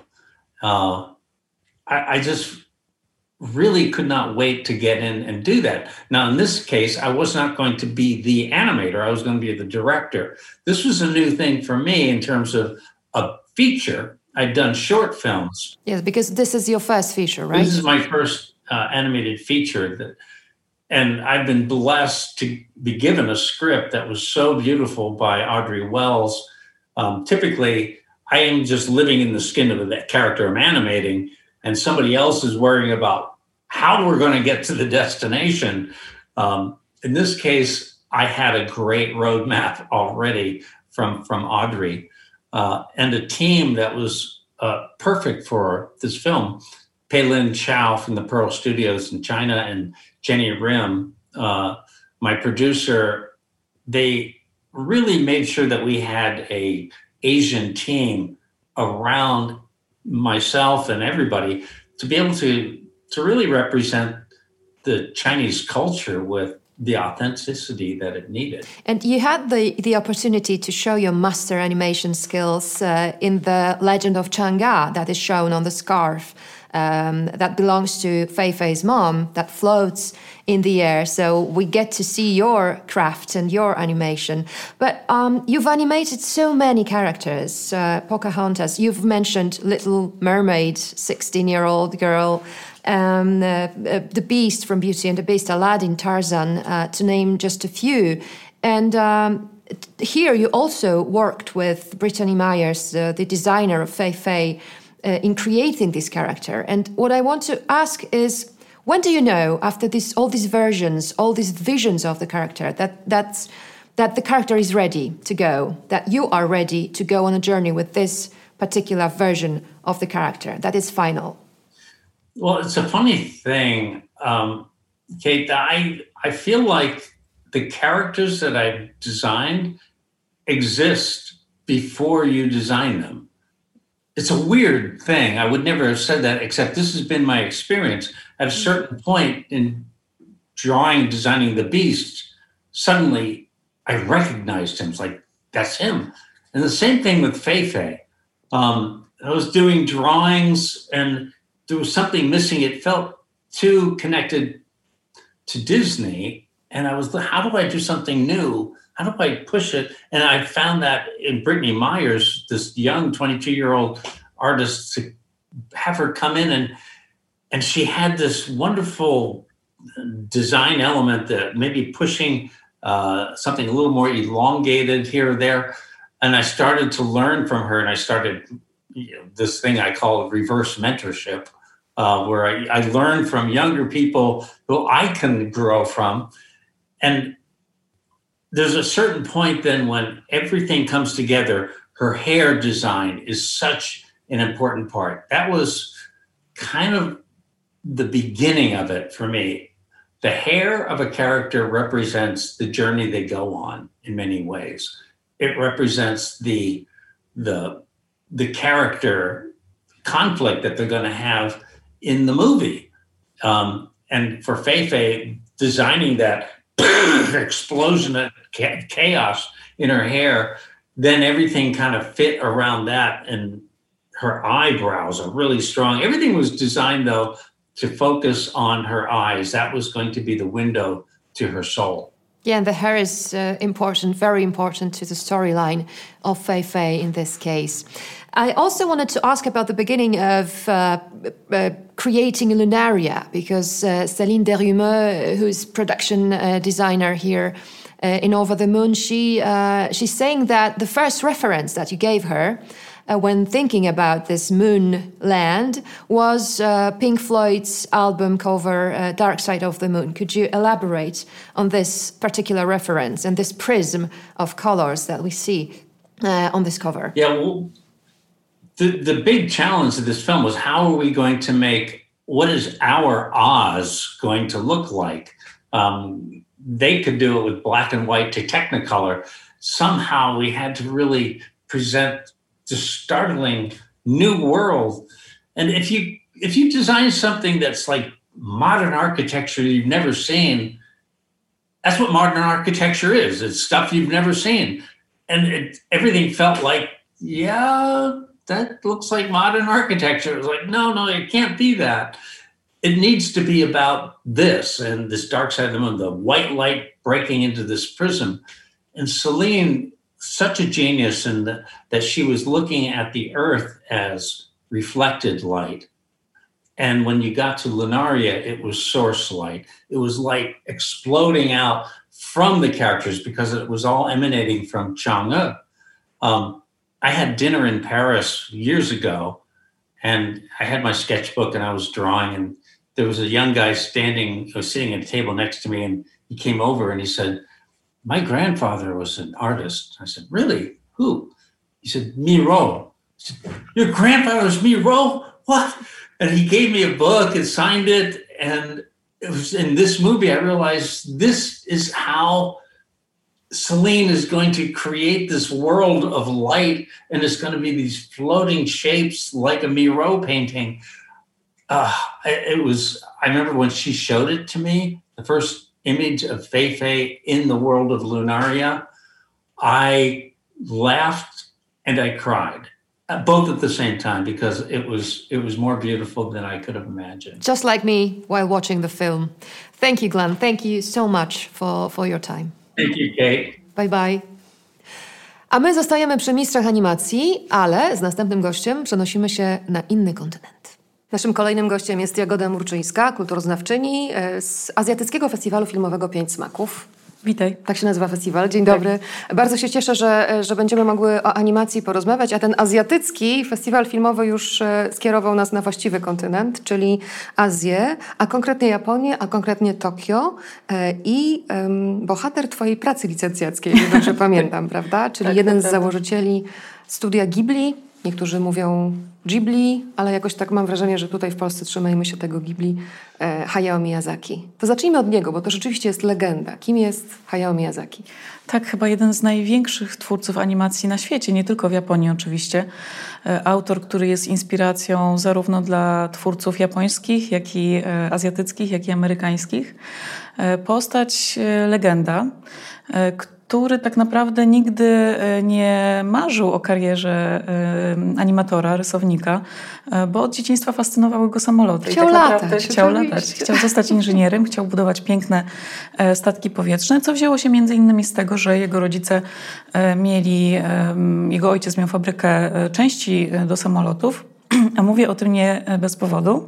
I just really could not wait to get in and do that. Now, in this case, I was not going to be the animator. I was going to be the director. This was a new thing for me in terms of a feature. I'd done short films. Yes, because this is your first feature, right? This is my first animated feature. And I've been blessed to be given a script that was so beautiful by Audrey Wells. Typically, I am just living in the skin of that character I'm animating, and somebody else is worrying about how we're going to get to the destination. In this case, I had a great roadmap already from Audrey and a team that was perfect for this film. Pei-Lin Chow from the Pearl Studios in China and Jenny Rim, my producer, they really made sure that we had a Asian team around myself and everybody to be able to really represent the Chinese culture with the authenticity that it needed. And you had the opportunity to show your master animation skills in the Legend of Chang'e that is shown on the scarf that belongs to Fei Fei's mom that floats in the air. So we get to see your craft and your animation. But you've animated so many characters. Pocahontas, you've mentioned Little Mermaid, 16-year-old girl, the Beast from Beauty and the Beast, Aladdin, Tarzan, to name just a few. And here you also worked with Brittany Myers, the designer of Fei Fei, in creating this character. And what I want to ask is, when do you know, after all these versions, all these visions of the character, that the character is ready to go, that you are ready to go on a journey with this particular version of the character, that is final? Well, it's a funny thing, Kate. I feel like the characters that I've designed exist before you design them. It's a weird thing. I would never have said that, except this has been my experience. At a certain point in designing the Beast, suddenly I recognized him. It's like, that's him. And the same thing with Fei Fei. I was doing drawings and there was something missing. It felt too connected to Disney. And I was like, how do I do something new? How do I push it? And I found that in Brittany Myers, this young 22-year-old artist, to have her come in and she had this wonderful design element that maybe pushing something a little more elongated here or there. And I started to learn from her, and I started this thing I call reverse mentorship, where I learn from younger people who I can grow from. And there's a certain point then when everything comes together. Her hair design is such an important part. That was kind of the beginning of it for me. The hair of a character represents the journey they go on in many ways. It represents the character conflict that they're going to have in the movie. And for Fei Fei, designing that explosion of chaos in her hair, then everything kind of fit around that, and her eyebrows are really strong. Everything was designed, though, to focus on her eyes. That was going to be the window to her soul. Yeah, and the hair is important, very important to the storyline of Fei Fei in this case. I also wanted to ask about the beginning of creating Lunaria, because Céline Desrumeux, who's production designer here in Over the Moon, she's saying that the first reference that you gave her when thinking about this moon land was Pink Floyd's album cover, Dark Side of the Moon. Could you elaborate on this particular reference and this prism of colors that we see on this cover? Yeah, well, the big challenge of this film was, how are we going to make, what is our Oz going to look like? They could do it with black and white to Technicolor. Somehow we had to really present the startling new world. And if you design something that's like modern architecture you've never seen, that's what modern architecture is. It's stuff you've never seen. And everything felt like, yeah, that looks like modern architecture. It was like, no, it can't be that. It needs to be about this and this dark side of the moon, the white light breaking into this prism. And Céline, such a genius in that she was looking at the earth as reflected light. And when you got to Lunaria, it was source light. It was light exploding out from the characters because it was all emanating from Chang'e. I had dinner in Paris years ago, and I had my sketchbook and I was drawing, and there was a young guy sitting at a table next to me, and he came over and he said, "My grandfather was an artist." I said, "Really? Who?" He said, "Miro." I said, "Your grandfather was Miro? What?" And he gave me a book and signed it. And it was in this movie I realized this is how Celine is going to create this world of light, and it's going to be these floating shapes like a Miro painting. I remember when she showed it to me, the first image of Feifei in the world of Lunaria, I laughed and I cried, both at the same time, because it was more beautiful than I could have imagined. Just like me while watching the film. Thank you, Glenn. Thank you so much for your time. Thank you, Kate. Bye bye. A my zostajemy przy mistrzach animacji, ale z następnym gościem przenosimy się na inny kontynent. Naszym kolejnym gościem jest Jagoda Murczyńska, kulturoznawczyni z Azjatyckiego Festiwalu Filmowego 5 Smaków. Witaj. Tak się nazywa festiwal. Dzień dobry. Bardzo się cieszę, że będziemy mogły o animacji porozmawiać, a ten azjatycki festiwal filmowy już skierował nas na właściwy kontynent, czyli Azję, a konkretnie Japonię, a konkretnie Tokio i bohater twojej pracy licencjackiej, jeżeli dobrze pamiętam, prawda? Czyli tak, jeden z założycieli studia Ghibli. Niektórzy mówią Ghibli, ale jakoś tak mam wrażenie, że tutaj w Polsce trzymajmy się tego Ghibli, Hayao Miyazaki. To zacznijmy od niego, bo to rzeczywiście jest legenda. Kim jest Hayao Miyazaki? Tak, chyba jeden z największych twórców animacji na świecie, nie tylko w Japonii oczywiście. Autor, który jest inspiracją zarówno dla twórców japońskich, jak i azjatyckich, jak i amerykańskich. Postać legenda, który tak naprawdę nigdy nie marzył o karierze animatora, rysownika, bo od dzieciństwa fascynowały go samoloty. Chciał latać, chciał zostać inżynierem, chciał budować piękne statki powietrzne, co wzięło się między innymi z tego, że jego rodzice jego ojciec miał fabrykę części do samolotów, a mówię o tym nie bez powodu,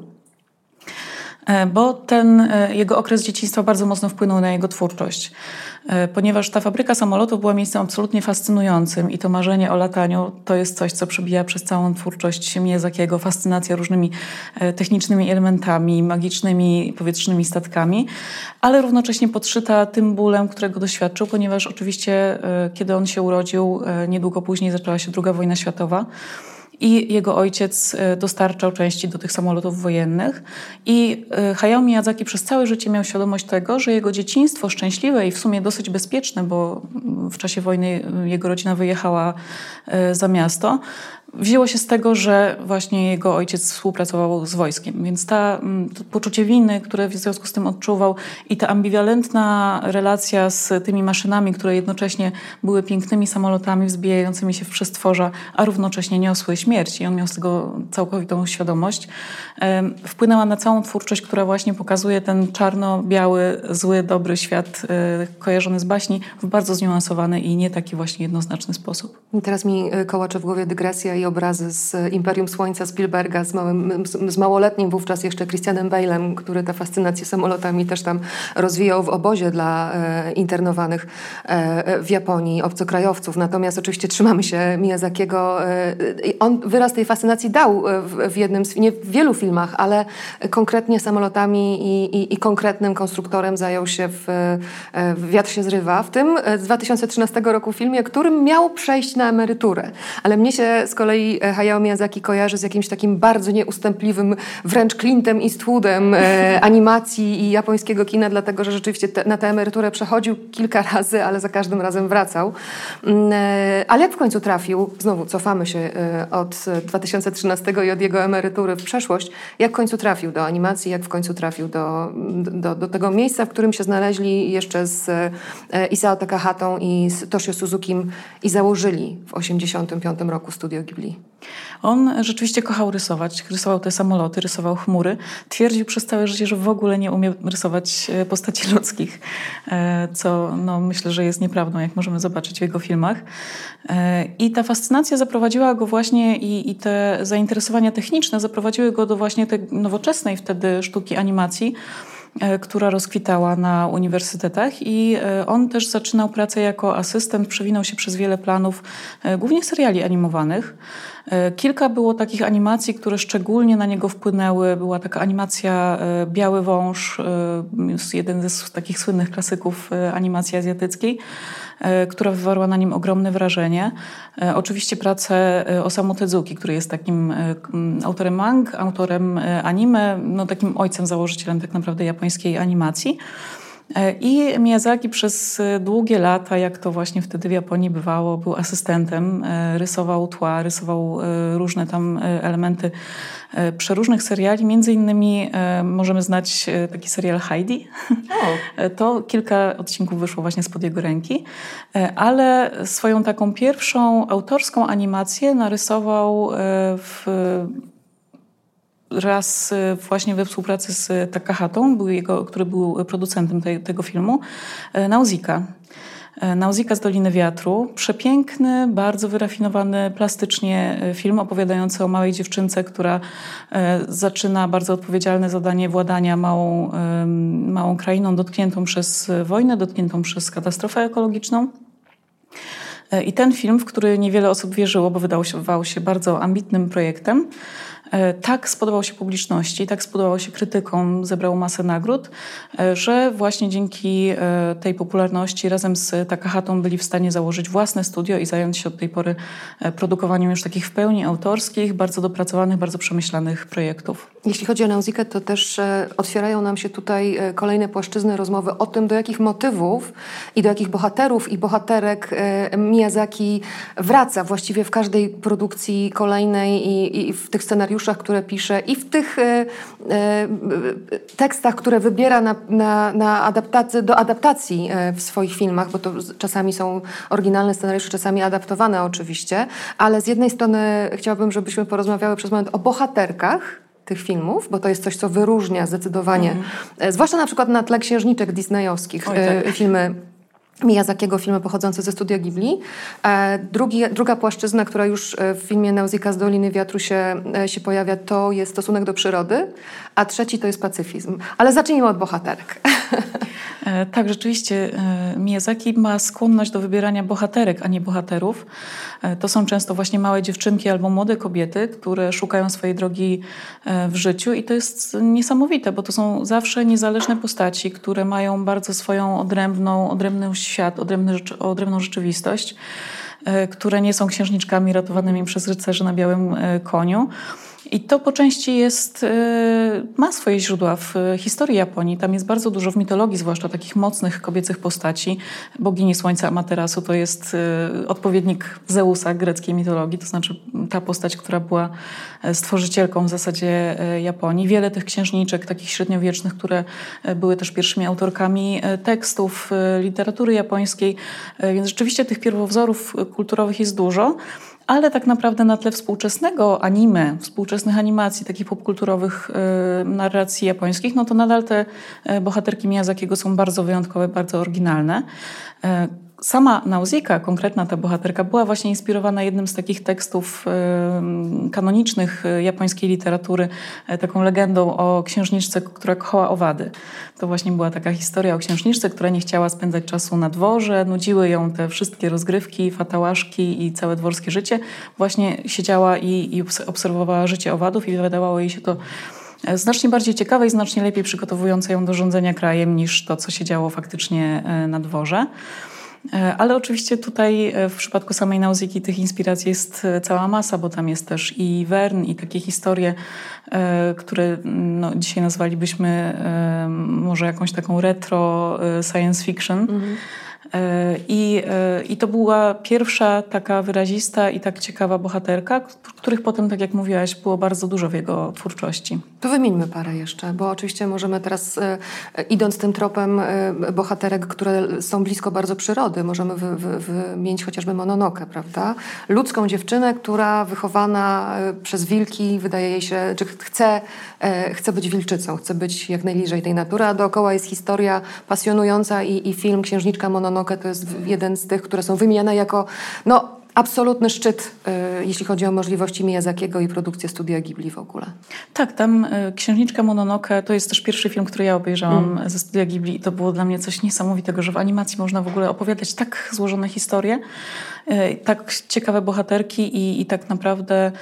bo ten jego okres dzieciństwa bardzo mocno wpłynął na jego twórczość. Ponieważ ta fabryka samolotów była miejscem absolutnie fascynującym i to marzenie o lataniu to jest coś, co przebija przez całą twórczość Miyazakiego, fascynacja różnymi technicznymi elementami, magicznymi powietrznymi statkami, ale równocześnie podszyta tym bólem, którego doświadczył, ponieważ oczywiście kiedy on się urodził, niedługo później zaczęła się II wojna światowa. I jego ojciec dostarczał części do tych samolotów wojennych. I Hayao Miyazaki przez całe życie miał świadomość tego, że jego dzieciństwo szczęśliwe i w sumie dosyć bezpieczne, bo w czasie wojny jego rodzina wyjechała za miasto, wzięło się z tego, że właśnie jego ojciec współpracował z wojskiem. Więc to poczucie winy, które w związku z tym odczuwał i ta ambiwalentna relacja z tymi maszynami, które jednocześnie były pięknymi samolotami wzbijającymi się w przestworza, a równocześnie niosły śmierć. I on miał z tego całkowitą świadomość. Wpłynęła na całą twórczość, która właśnie pokazuje ten czarno-biały, zły, dobry świat kojarzony z baśni w bardzo zniuansowany i nie taki właśnie jednoznaczny sposób. I teraz mi kołacze w głowie dygresja i obrazy z Imperium Słońca Spielberga z małoletnim wówczas jeszcze Christianem Bale'em, który tę fascynację samolotami też tam rozwijał w obozie dla internowanych w Japonii obcokrajowców. Natomiast oczywiście trzymamy się Miyazakiego. On wyraz tej fascynacji dał nie w wielu filmach, ale konkretnie samolotami i konkretnym konstruktorem zajął się w Wiatr się zrywa, w tym z 2013 roku filmie, którym miał przejść na emeryturę. Ale mnie się z kolei Hayao Miyazaki kojarzy z jakimś takim bardzo nieustępliwym, wręcz Clintem Eastwoodem animacji i japońskiego kina, dlatego że rzeczywiście na tę emeryturę przechodził kilka razy, ale za każdym razem wracał. Ale jak w końcu trafił, znowu cofamy się od 2013 i od jego emerytury w przeszłość, jak w końcu trafił do animacji, jak w końcu trafił do tego miejsca, w którym się znaleźli jeszcze z Isao Takahatą i z Toshio Suzukim i założyli w 1985 roku studio Ghibli. On rzeczywiście kochał rysować. Rysował te samoloty, rysował chmury. Twierdził przez całe życie, że w ogóle nie umie rysować postaci ludzkich, co myślę, że jest nieprawdą, jak możemy zobaczyć w jego filmach. I ta fascynacja zaprowadziła go właśnie i te zainteresowania techniczne zaprowadziły go do właśnie tej nowoczesnej wtedy sztuki animacji, która rozkwitała na uniwersytetach i on też zaczynał pracę jako asystent, przewinął się przez wiele planów, głównie seriali animowanych. Kilka było takich animacji, które szczególnie na niego wpłynęły. Była taka animacja Biały Wąż, jeden z takich słynnych klasyków animacji azjatyckiej, która wywarła na nim ogromne wrażenie. Oczywiście pracę Osamu Tezuki, który jest takim autorem mang, autorem anime, takim ojcem, założycielem tak naprawdę japońskiej animacji. I Miyazaki przez długie lata, jak to właśnie wtedy w Japonii bywało, był asystentem, rysował tła, rysował różne tam elementy przeróżnych seriali. Między innymi możemy znać taki serial Heidi. To kilka odcinków wyszło właśnie spod jego ręki, ale swoją taką pierwszą autorską animację narysował raz właśnie we współpracy z Takahatą, który był producentem tego filmu, Nausicaa. Nausicaa z Doliny Wiatru. Przepiękny, bardzo wyrafinowany plastycznie film opowiadający o małej dziewczynce, która zaczyna bardzo odpowiedzialne zadanie władania małą krainą dotkniętą przez wojnę, dotkniętą przez katastrofę ekologiczną. I ten film, w który niewiele osób wierzyło, bo wydawał się bardzo ambitnym projektem, tak spodobał się publiczności, tak spodobał się krytykom, zebrał masę nagród, że właśnie dzięki tej popularności razem z Takahatą byli w stanie założyć własne studio i zająć się od tej pory produkowaniem już takich w pełni autorskich, bardzo dopracowanych, bardzo przemyślanych projektów. Jeśli chodzi o Nausicaa, to też otwierają nam się tutaj kolejne płaszczyzny rozmowy o tym, do jakich motywów i do jakich bohaterów i bohaterek Miyazaki wraca właściwie w każdej produkcji kolejnej i w tych scenariuszach, które pisze i w tych tekstach, które wybiera do adaptacji w swoich filmach, bo to czasami są oryginalne scenariusze, czasami adaptowane oczywiście, ale z jednej strony chciałabym, żebyśmy porozmawiały przez moment o bohaterkach tych filmów, bo to jest coś, co wyróżnia zdecydowanie, zwłaszcza na przykład na tle księżniczek disneyowskich, filmy Miyazakiego, filmy pochodzące ze studia Ghibli. Druga płaszczyzna, która już w filmie Nausicaa z Doliny Wiatru się pojawia, to jest stosunek do przyrody, a trzeci to jest pacyfizm. Ale zacznijmy od bohaterek. Tak, rzeczywiście Miyazaki ma skłonność do wybierania bohaterek, a nie bohaterów. To są często właśnie małe dziewczynki albo młode kobiety, które szukają swojej drogi w życiu i to jest niesamowite, bo to są zawsze niezależne postaci, które mają bardzo swoją odrębny świat, odrębną rzeczywistość, które nie są księżniczkami ratowanymi przez rycerzy na białym koniu. I to po części ma swoje źródła w historii Japonii. Tam jest bardzo dużo w mitologii, zwłaszcza takich mocnych kobiecych postaci. Bogini Słońca Amaterasu to jest odpowiednik Zeusa greckiej mitologii, to znaczy ta postać, która była stworzycielką w zasadzie Japonii. Wiele tych księżniczek, takich średniowiecznych, które były też pierwszymi autorkami tekstów literatury japońskiej. Więc rzeczywiście tych pierwowzorów kulturowych jest dużo. Ale tak naprawdę na tle współczesnego anime, współczesnych animacji, takich popkulturowych narracji japońskich, no to nadal te bohaterki Miyazakiego są bardzo wyjątkowe, bardzo oryginalne. Sama Nausicaa, konkretna ta bohaterka, była właśnie inspirowana jednym z takich tekstów kanonicznych japońskiej literatury, taką legendą o księżniczce, która kochała owady. To właśnie była taka historia o księżniczce, która nie chciała spędzać czasu na dworze, nudziły ją te wszystkie rozgrywki, fatałaszki i całe dworskie życie. Właśnie siedziała i obserwowała życie owadów i wydawało jej się to znacznie bardziej ciekawe i znacznie lepiej przygotowujące ją do rządzenia krajem niż to, co się działo faktycznie na dworze. Ale oczywiście tutaj w przypadku samej Nausicii tych inspiracji jest cała masa, bo tam jest też i Verne, i takie historie, które dzisiaj nazwalibyśmy może jakąś taką retro science fiction. I to była pierwsza taka wyrazista i tak ciekawa bohaterka, których potem, tak jak mówiłaś, było bardzo dużo w jego twórczości. To wymieńmy parę jeszcze, bo oczywiście możemy teraz, idąc tym tropem bohaterek, które są blisko bardzo przyrody, możemy wymienić chociażby Mononoke, prawda? Ludzką dziewczynę, która wychowana przez wilki, wydaje jej się, że chce być wilczycą, chce być jak najbliżej tej natury, a dookoła jest historia pasjonująca i film Księżniczka Mononoke to jest jeden z tych, które są wymieniane jako absolutny szczyt, jeśli chodzi o możliwości Miyazakiego i produkcję studia Ghibli w ogóle. Tak, tam Księżniczka Mononoke to jest też pierwszy film, który ja obejrzałam ze studia Ghibli i to było dla mnie coś niesamowitego, że w animacji można w ogóle opowiadać tak złożone historie, tak ciekawe bohaterki i tak naprawdę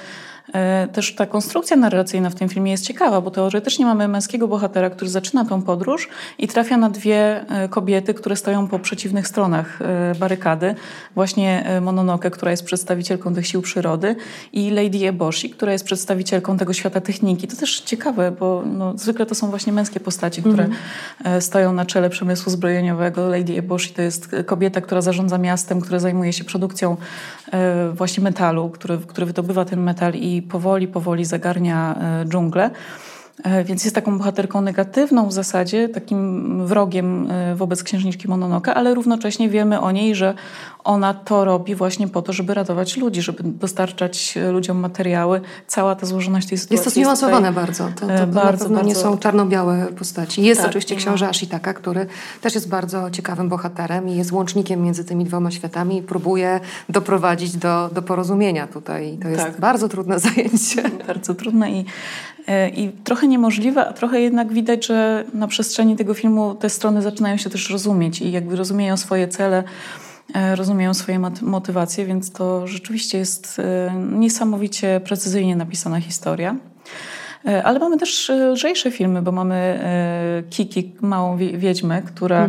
Też ta konstrukcja narracyjna w tym filmie jest ciekawa, bo teoretycznie mamy męskiego bohatera, który zaczyna tą podróż i trafia na dwie kobiety, które stoją po przeciwnych stronach barykady. Właśnie Mononoke, która jest przedstawicielką tych sił przyrody, i Lady Eboshi, która jest przedstawicielką tego świata techniki. To też ciekawe, bo zwykle to są właśnie męskie postaci, które stoją na czele przemysłu zbrojeniowego. Lady Eboshi to jest kobieta, która zarządza miastem, która zajmuje się produkcją właśnie metalu, który wydobywa ten metal i powoli zagarnia dżunglę. Więc jest taką bohaterką negatywną w zasadzie, takim wrogiem wobec księżniczki Mononoke, ale równocześnie wiemy o niej, że ona to robi właśnie po to, żeby ratować ludzi, żeby dostarczać ludziom materiały. Cała ta złożoność tej sytuacji jest to zniuansowane bardzo. To bardzo, na pewno nie są czarno-białe postaci. Jest oczywiście książę Ashitaka, który też jest bardzo ciekawym bohaterem i jest łącznikiem między tymi dwoma światami i próbuje doprowadzić do porozumienia tutaj. To jest bardzo trudne zajęcie. Bardzo trudne i trochę niemożliwe, a trochę jednak widać, że na przestrzeni tego filmu te strony zaczynają się też rozumieć i jakby rozumieją swoje cele, rozumieją swoje motywacje, więc to rzeczywiście jest niesamowicie precyzyjnie napisana historia. Ale mamy też lżejsze filmy, bo mamy Kiki, małą wiedźmę, która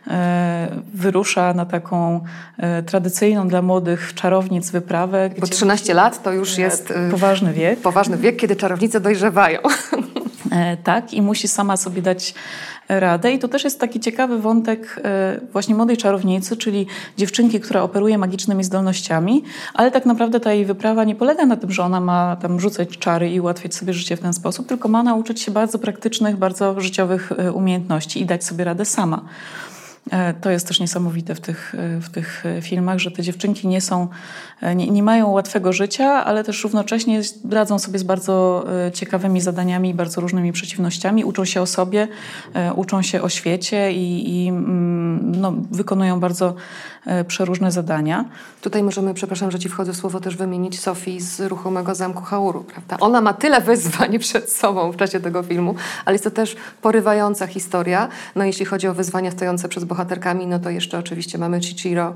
wyrusza na taką tradycyjną dla młodych czarownic wyprawę. Bo 13 lat to już jest poważny wiek. Poważny wiek, kiedy czarownice dojrzewają. Tak, i musi sama sobie dać radę. I to też jest taki ciekawy wątek właśnie młodej czarownicy, czyli dziewczynki, która operuje magicznymi zdolnościami, ale tak naprawdę ta jej wyprawa nie polega na tym, że ona ma tam rzucać czary i ułatwiać sobie życie w ten sposób, tylko ma nauczyć się bardzo praktycznych, bardzo życiowych umiejętności i dać sobie radę sama. To jest też niesamowite w tych filmach, że te dziewczynki nie mają łatwego życia, ale też równocześnie radzą sobie z bardzo ciekawymi zadaniami i bardzo różnymi przeciwnościami. Uczą się o sobie, uczą się o świecie i wykonują bardzo przeróżne zadania. Tutaj możemy, przepraszam, że ci wchodzę w słowo, też wymienić Sofii z Ruchomego Zamku Hauru, prawda? Ona ma tyle wyzwań przed sobą w czasie tego filmu, ale jest to też porywająca historia. No jeśli chodzi o wyzwania stojące przed bohaterkami, no to jeszcze oczywiście mamy Chichiro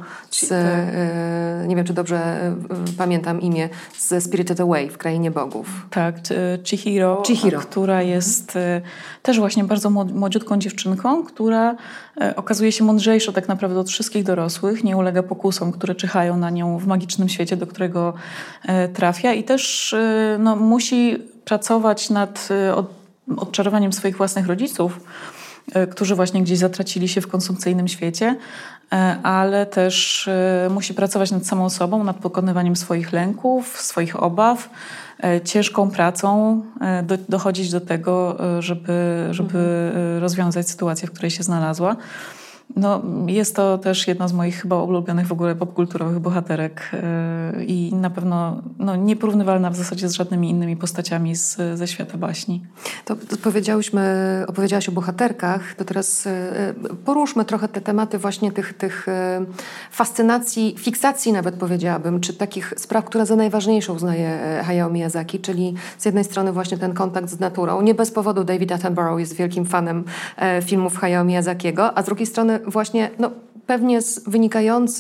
nie wiem, czy dobrze pamiętam imię, z Spirited Away w Krainie Bogów. Tak, Chihiro, która jest też właśnie bardzo młodziutką dziewczynką, która okazuje się mądrzejsza tak naprawdę od wszystkich dorosłych, nie ulega pokusom, które czyhają na nią w magicznym świecie, do którego trafia i też musi pracować nad odczarowaniem swoich własnych rodziców, którzy właśnie gdzieś zatracili się w konsumpcyjnym świecie, ale też musi pracować nad samą sobą, nad pokonywaniem swoich lęków, swoich obaw, ciężką pracą dochodzić do tego, żeby rozwiązać sytuację, w której się znalazła. Jest to też jedna z moich chyba ulubionych w ogóle popkulturowych bohaterek i na pewno nieporównywalna w zasadzie z żadnymi innymi postaciami ze świata baśni. To opowiedziałaś o bohaterkach, to teraz poruszmy trochę te tematy właśnie tych fascynacji, fiksacji nawet powiedziałabym, czy takich spraw, które za najważniejszą uznaje Hayao Miyazaki, czyli z jednej strony właśnie ten kontakt z naturą. Nie bez powodu David Attenborough jest wielkim fanem filmów Hayao Miyazakiego, a z drugiej strony właśnie pewnie wynikający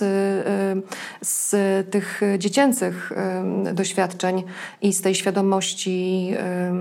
z tych dziecięcych doświadczeń i z tej świadomości,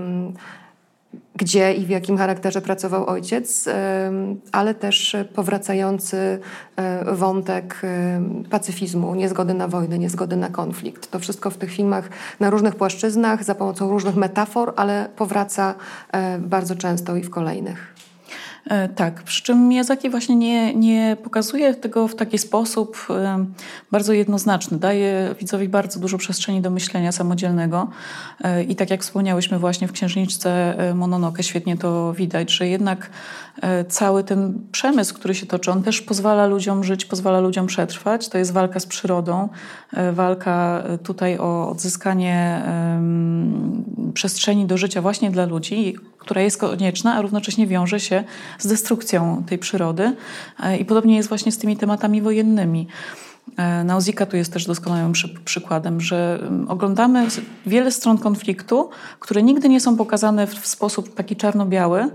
gdzie i w jakim charakterze pracował ojciec, ale też powracający wątek pacyfizmu, niezgody na wojnę, niezgody na konflikt. To wszystko w tych filmach na różnych płaszczyznach, za pomocą różnych metafor, ale powraca bardzo często i w kolejnych. Tak, przy czym Miyazaki właśnie nie pokazuje tego w taki sposób bardzo jednoznaczny. Daje widzowi bardzo dużo przestrzeni do myślenia samodzielnego i tak jak wspomniałyśmy właśnie w Księżniczce Mononoke, świetnie to widać, że jednak cały ten przemysł, który się toczy, on też pozwala ludziom żyć, pozwala ludziom przetrwać. To jest walka z przyrodą, walka tutaj o odzyskanie przestrzeni do życia właśnie dla ludzi, która jest konieczna, a równocześnie wiąże się z destrukcją tej przyrody. I podobnie jest właśnie z tymi tematami wojennymi. Nausicaa tu jest też doskonałym przykładem, że oglądamy wiele stron konfliktu, które nigdy nie są pokazane w sposób taki czarno-biały.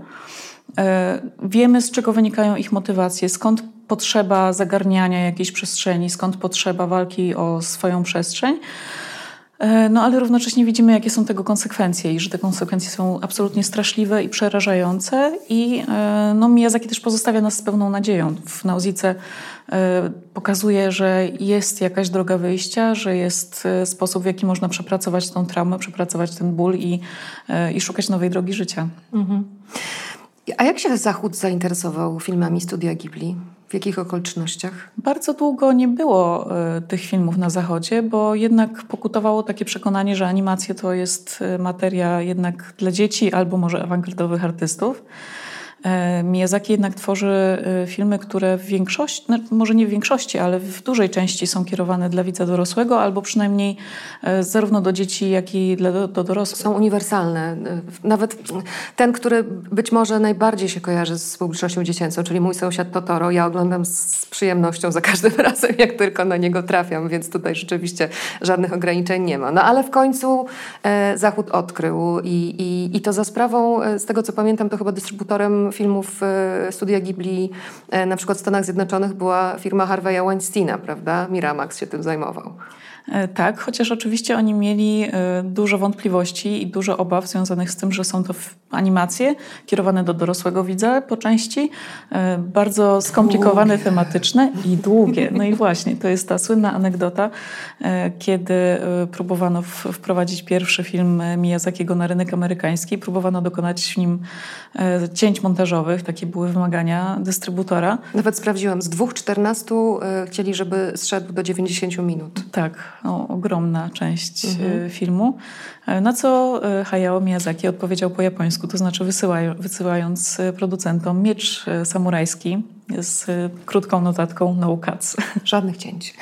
Wiemy, z czego wynikają ich motywacje, skąd potrzeba zagarniania jakiejś przestrzeni, skąd potrzeba walki o swoją przestrzeń. No ale równocześnie widzimy, jakie są tego konsekwencje i że te konsekwencje są absolutnie straszliwe i przerażające i no, Miyazaki też pozostawia nas z pewną nadzieją. W Nausice pokazuje, że jest jakaś droga wyjścia, że jest sposób, w jaki można przepracować tą traumę, przepracować ten ból i szukać nowej drogi życia. Mhm. A jak się Zachód zainteresował filmami Studia Ghibli? W jakich okolicznościach? Bardzo długo nie było tych filmów na Zachodzie, bo jednak pokutowało takie przekonanie, że animacja to jest materia jednak dla dzieci albo może awangardowych artystów. Miyazaki jednak tworzy filmy, które w większości, może nie w większości, ale w dużej części są kierowane dla widza dorosłego, albo przynajmniej zarówno do dzieci, jak i do dorosłych. Są uniwersalne. Nawet ten, który być może najbardziej się kojarzy z publicznością dziecięcą, czyli Mój sąsiad Totoro, ja oglądam z przyjemnością za każdym razem, jak tylko na niego trafiam, więc tutaj rzeczywiście żadnych ograniczeń nie ma. No ale w końcu Zachód odkrył i to za sprawą, z tego co pamiętam, to chyba dystrybutorem filmów Studia Ghibli na przykład w Stanach Zjednoczonych była firma Harvey'a Weinsteina, prawda? Miramax się tym zajmował. Tak, chociaż oczywiście oni mieli dużo wątpliwości i dużo obaw związanych z tym, że są to animacje kierowane do dorosłego widza po części, bardzo skomplikowane, tematyczne i długie. No i właśnie, to jest ta słynna anegdota, kiedy próbowano wprowadzić pierwszy film Miyazakiego na rynek amerykański, próbowano dokonać w nim cięć montażowych, takie były wymagania dystrybutora. Nawet sprawdziłam, z 2:14 chcieli, żeby zszedł do 90 minut. Tak. Ogromna część filmu, na co Hayao Miyazaki odpowiedział po japońsku, to znaczy wysyłając producentom miecz samurajski z krótką notatką no cuts. Żadnych cięć.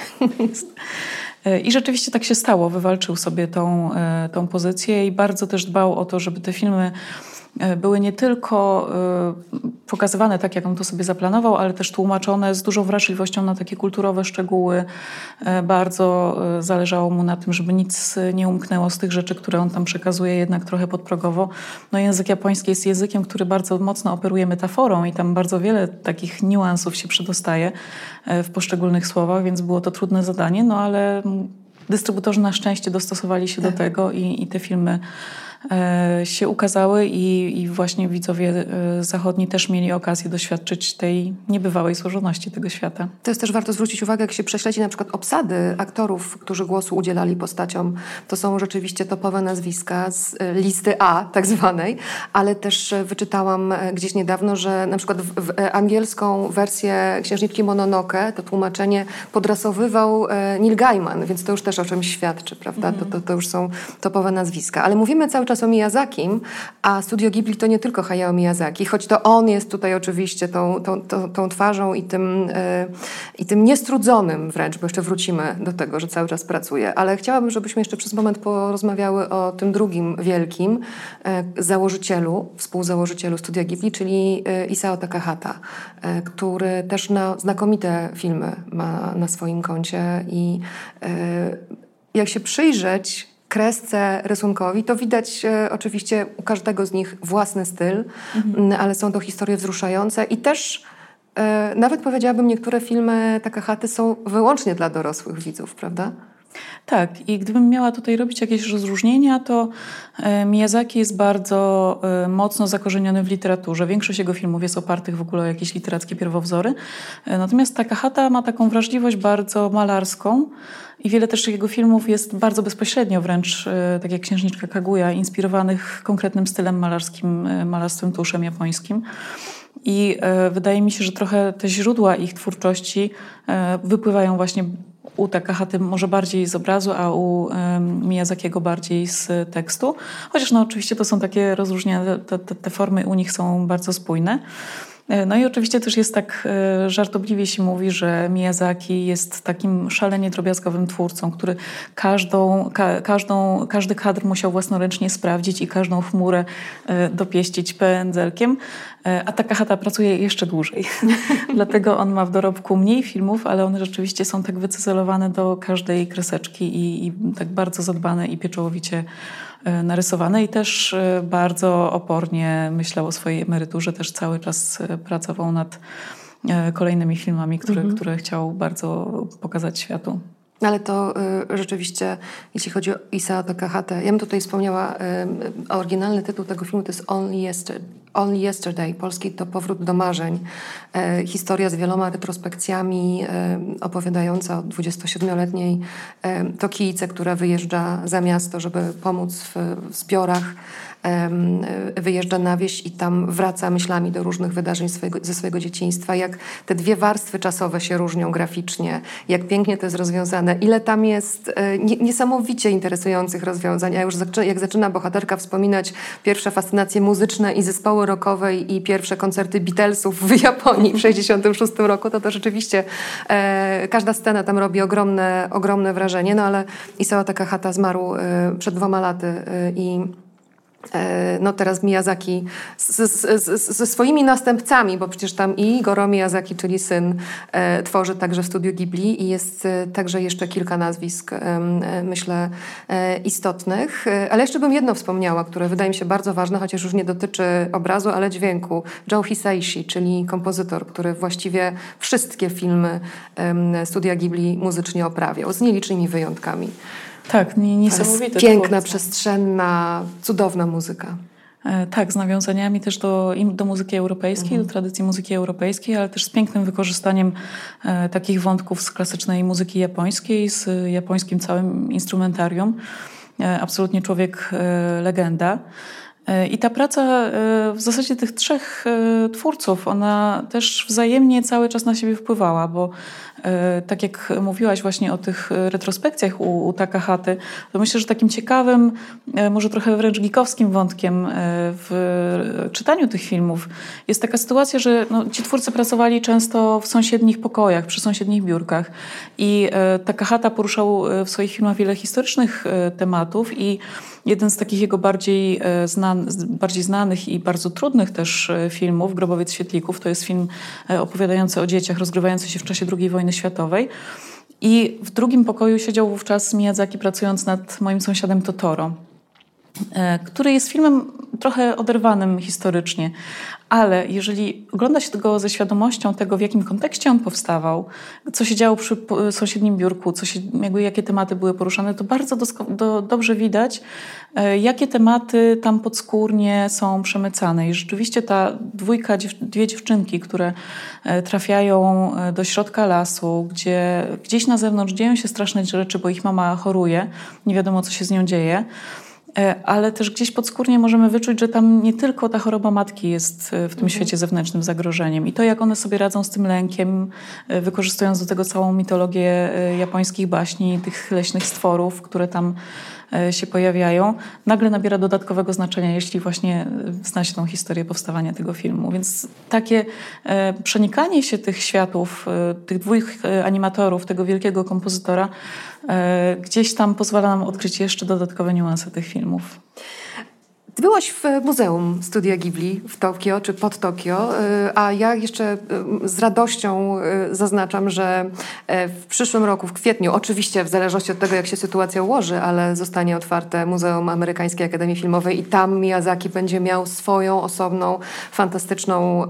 I rzeczywiście tak się stało. Wywalczył sobie tą pozycję i bardzo też dbał o to, żeby te filmy były nie tylko pokazywane tak, jak on to sobie zaplanował, ale też tłumaczone z dużą wrażliwością na takie kulturowe szczegóły. Bardzo zależało mu na tym, żeby nic nie umknęło z tych rzeczy, które on tam przekazuje jednak trochę podprogowo. No język japoński jest językiem, który bardzo mocno operuje metaforą i tam bardzo wiele takich niuansów się przedostaje w poszczególnych słowach, więc było to trudne zadanie, no ale dystrybutorzy na szczęście dostosowali się do tego i te filmy się ukazały i właśnie widzowie zachodni też mieli okazję doświadczyć tej niebywałej złożoności tego świata. To jest też warto zwrócić uwagę, jak się prześledzi na przykład obsady aktorów, którzy głosu udzielali postaciom. To są rzeczywiście topowe nazwiska z listy A tak zwanej, ale też wyczytałam gdzieś niedawno, że na przykład w angielską wersję Księżniczki Mononoke to tłumaczenie podrasowywał Neil Gaiman, więc to już też o czymś świadczy, prawda? To już są topowe nazwiska. Ale mówimy cały czas o Miyazakim, a Studio Ghibli to nie tylko Hayao Miyazaki, choć to on jest tutaj oczywiście tą twarzą i tym niestrudzonym wręcz, bo jeszcze wrócimy do tego, że cały czas pracuje. Ale chciałabym, żebyśmy jeszcze przez moment porozmawiały o tym drugim wielkim współzałożycielu Studia Ghibli, czyli Isao Takahata, który też znakomite filmy ma na swoim koncie i jak się przyjrzeć kresce, rysunkowi, to widać oczywiście u każdego z nich własny styl, ale są to historie wzruszające i też nawet powiedziałabym, niektóre filmy Takahaty są wyłącznie dla dorosłych widzów, prawda? Tak, i gdybym miała tutaj robić jakieś rozróżnienia, to Miyazaki jest bardzo mocno zakorzeniony w literaturze. Większość jego filmów jest opartych w ogóle o jakieś literackie pierwowzory. Natomiast Takahata ma taką wrażliwość bardzo malarską i wiele też jego filmów jest bardzo bezpośrednio wręcz, tak jak Księżniczka Kaguya, inspirowanych konkretnym stylem malarskim, malarstwem tuszem japońskim. I wydaje mi się, że trochę te źródła ich twórczości wypływają właśnie u Takahaty może bardziej z obrazu, a u Miyazakiego bardziej z tekstu. Chociaż no oczywiście to są takie rozróżnienia, te formy u nich są bardzo spójne. No i oczywiście też jest tak żartobliwie się mówi, że Miyazaki jest takim szalenie drobiazgowym twórcą, który każdy kadr musiał własnoręcznie sprawdzić i każdą chmurę dopieścić pędzelkiem, a Takahata pracuje jeszcze dłużej. Dlatego on ma w dorobku mniej filmów, ale one rzeczywiście są tak wycyzelowane do każdej kreseczki i tak bardzo zadbane i pieczołowicie narysowane i też bardzo opornie myślał o swojej emeryturze, też cały czas pracował nad kolejnymi filmami, które chciał bardzo pokazać światu. Ale to rzeczywiście, jeśli chodzi o Isao Takahate, ja bym tutaj wspomniała, oryginalny tytuł tego filmu to jest Only Yesterday, polski to Powrót do marzeń. Historia z wieloma retrospekcjami opowiadająca o 27-letniej Tokijce, która wyjeżdża za miasto, żeby pomóc w zbiorach. Wyjeżdża na wieś i tam wraca myślami do różnych wydarzeń ze swojego dzieciństwa, jak te dwie warstwy czasowe się różnią graficznie, jak pięknie to jest rozwiązane, ile tam jest niesamowicie interesujących rozwiązań, a już jak zaczyna bohaterka wspominać pierwsze fascynacje muzyczne i zespoły rockowe i pierwsze koncerty Beatlesów w Japonii w 1966 roku, to rzeczywiście każda scena tam robi ogromne wrażenie, no ale Isao Takahata zmarł przed 2 laty i teraz Miyazaki ze swoimi następcami, bo przecież tam i Goro Miyazaki, czyli syn, tworzy także w studiu Ghibli i jest także jeszcze kilka nazwisk, myślę, istotnych. Ale jeszcze bym jedno wspomniała, które wydaje mi się bardzo ważne, chociaż już nie dotyczy obrazu, ale dźwięku. Joe Hisaishi, czyli kompozytor, który właściwie wszystkie filmy studia Ghibli muzycznie oprawiał, z nielicznymi wyjątkami. Tak, niesamowite. Piękna, przestrzenna, cudowna muzyka. Tak, z nawiązaniami też do muzyki europejskiej, do tradycji muzyki europejskiej, ale też z pięknym wykorzystaniem takich wątków z klasycznej muzyki japońskiej, z japońskim całym instrumentarium. Absolutnie człowiek legenda. I ta praca w zasadzie tych 3 twórców, ona też wzajemnie cały czas na siebie wpływała, bo tak jak mówiłaś właśnie o tych retrospekcjach u Takahaty, to myślę, że takim ciekawym, może trochę wręcz geekowskim wątkiem w czytaniu tych filmów jest taka sytuacja, że ci twórcy pracowali często w sąsiednich pokojach, przy sąsiednich biurkach i Takahata poruszał w swoich filmach wiele historycznych tematów i jeden z takich jego bardziej znanych i bardzo trudnych też filmów, Grobowiec Świetlików, to jest film opowiadający o dzieciach, rozgrywający się w czasie II wojny światowej. I w drugim pokoju siedział wówczas Miyazaki, pracując nad Moim sąsiadem Totoro, który jest filmem trochę oderwanym historycznie, ale jeżeli ogląda się go ze świadomością tego, w jakim kontekście on powstawał, co się działo przy sąsiednim biurku, jakie tematy były poruszane, to bardzo dobrze widać, jakie tematy tam podskórnie są przemycane. I rzeczywiście ta dwie dziewczynki, które trafiają do środka lasu, gdzie gdzieś na zewnątrz dzieją się straszne rzeczy, bo ich mama choruje, nie wiadomo, co się z nią dzieje, ale też gdzieś podskórnie możemy wyczuć, że tam nie tylko ta choroba matki jest w tym świecie zewnętrznym zagrożeniem. I to, jak one sobie radzą z tym lękiem, wykorzystując do tego całą mitologię japońskich baśni, tych leśnych stworów, które tam się pojawiają, nagle nabiera dodatkowego znaczenia, jeśli właśnie zna się tą historię powstawania tego filmu. Więc takie przenikanie się tych światów, tych 2 animatorów, tego wielkiego kompozytora, gdzieś tam pozwala nam odkryć jeszcze dodatkowe niuanse tych filmów. Ty byłaś w Muzeum Studia Ghibli w Tokio, czy pod Tokio, a ja jeszcze z radością zaznaczam, że w przyszłym roku, w kwietniu, oczywiście w zależności od tego, jak się sytuacja ułoży, ale zostanie otwarte Muzeum Amerykańskiej Akademii Filmowej i tam Miyazaki będzie miał swoją osobną, fantastyczną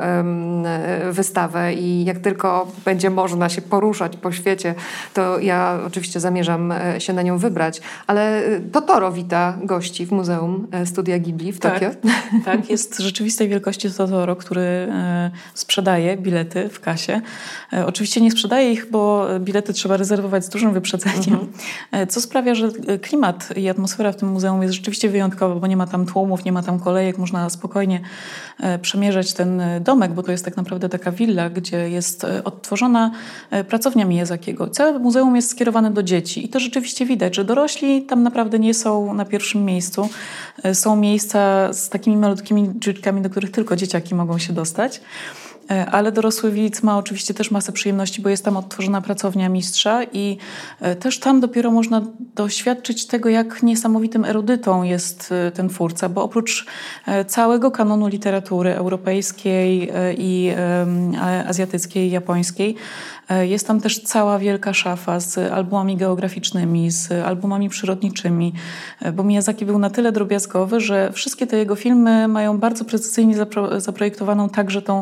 wystawę i jak tylko będzie można się poruszać po świecie, to ja oczywiście zamierzam się na nią wybrać. Ale Totoro wita gości w Muzeum Studia Ghibli w Tokio. Tak, jest rzeczywistej wielkości Totoro, który sprzedaje bilety w kasie. Oczywiście nie sprzedaje ich, bo bilety trzeba rezerwować z dużym wyprzedzeniem, co sprawia, że klimat i atmosfera w tym muzeum jest rzeczywiście wyjątkowa, bo nie ma tam tłumów, nie ma tam kolejek, można spokojnie przemierzać ten domek, bo to jest tak naprawdę taka willa, gdzie jest odtworzona pracownia Miyazakiego. Całe muzeum jest skierowane do dzieci i to rzeczywiście widać, że dorośli tam naprawdę nie są na pierwszym miejscu. Są miejsca z takimi malutkimi drzwiczkami, do których tylko dzieciaki mogą się dostać. Ale dorosły widz ma oczywiście też masę przyjemności, bo jest tam odtworzona pracownia mistrza i też tam dopiero można doświadczyć tego, jak niesamowitym erudytą jest ten twórca, bo oprócz całego kanonu literatury europejskiej i azjatyckiej, japońskiej, jest tam też cała wielka szafa z albumami geograficznymi, z albumami przyrodniczymi, bo Miyazaki był na tyle drobiazgowy, że wszystkie te jego filmy mają bardzo precyzyjnie zaprojektowaną także tą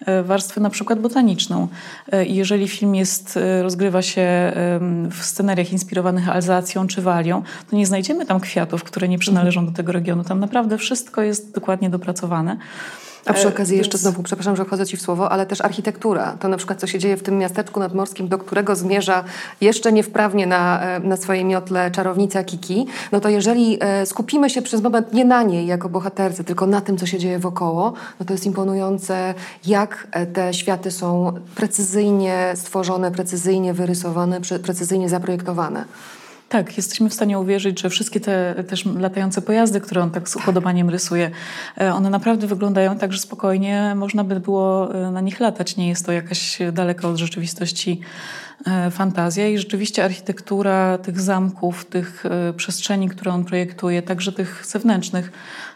warstwę na przykład botaniczną. Jeżeli film rozgrywa się w scenariach inspirowanych Alzacją czy Walią, to nie znajdziemy tam kwiatów, które nie przynależą do tego regionu. Tam naprawdę wszystko jest dokładnie dopracowane. A przy okazji jeszcze znowu, przepraszam, że wchodzę ci w słowo, ale też architektura. To na przykład, co się dzieje w tym miasteczku nadmorskim, do którego zmierza jeszcze niewprawnie na swojej miotle czarownica Kiki, no to jeżeli skupimy się przez moment nie na niej jako bohaterce, tylko na tym, co się dzieje wokoło, no to jest imponujące, jak te światy są precyzyjnie stworzone, precyzyjnie wyrysowane, precyzyjnie zaprojektowane. Tak, jesteśmy w stanie uwierzyć, że wszystkie te też latające pojazdy, które on tak z upodobaniem rysuje, one naprawdę wyglądają tak, że spokojnie można by było na nich latać. Nie jest to jakaś daleka od rzeczywistości fantazja i rzeczywiście architektura tych zamków, tych przestrzeni, które on projektuje, także tych zewnętrznych,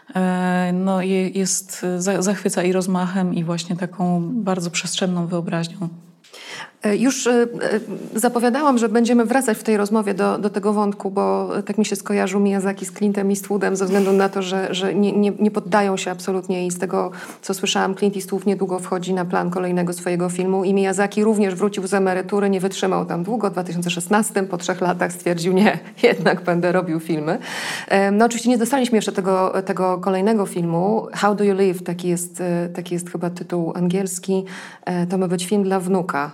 no zachwyca i rozmachem, i właśnie taką bardzo przestrzenną wyobraźnią. Już zapowiadałam, że będziemy wracać w tej rozmowie do tego wątku, bo tak mi się skojarzył Miyazaki z Clintem Eastwoodem ze względu na to, że nie poddają się absolutnie i z tego, co słyszałam, Clint Eastwood niedługo wchodzi na plan kolejnego swojego filmu i Miyazaki również wrócił z emerytury, nie wytrzymał tam długo. W 2016 po 3 latach stwierdził, nie, jednak będę robił filmy. No oczywiście nie dostaliśmy jeszcze tego kolejnego filmu. How Do You Live? Taki jest chyba tytuł angielski. To ma być film dla wnuka.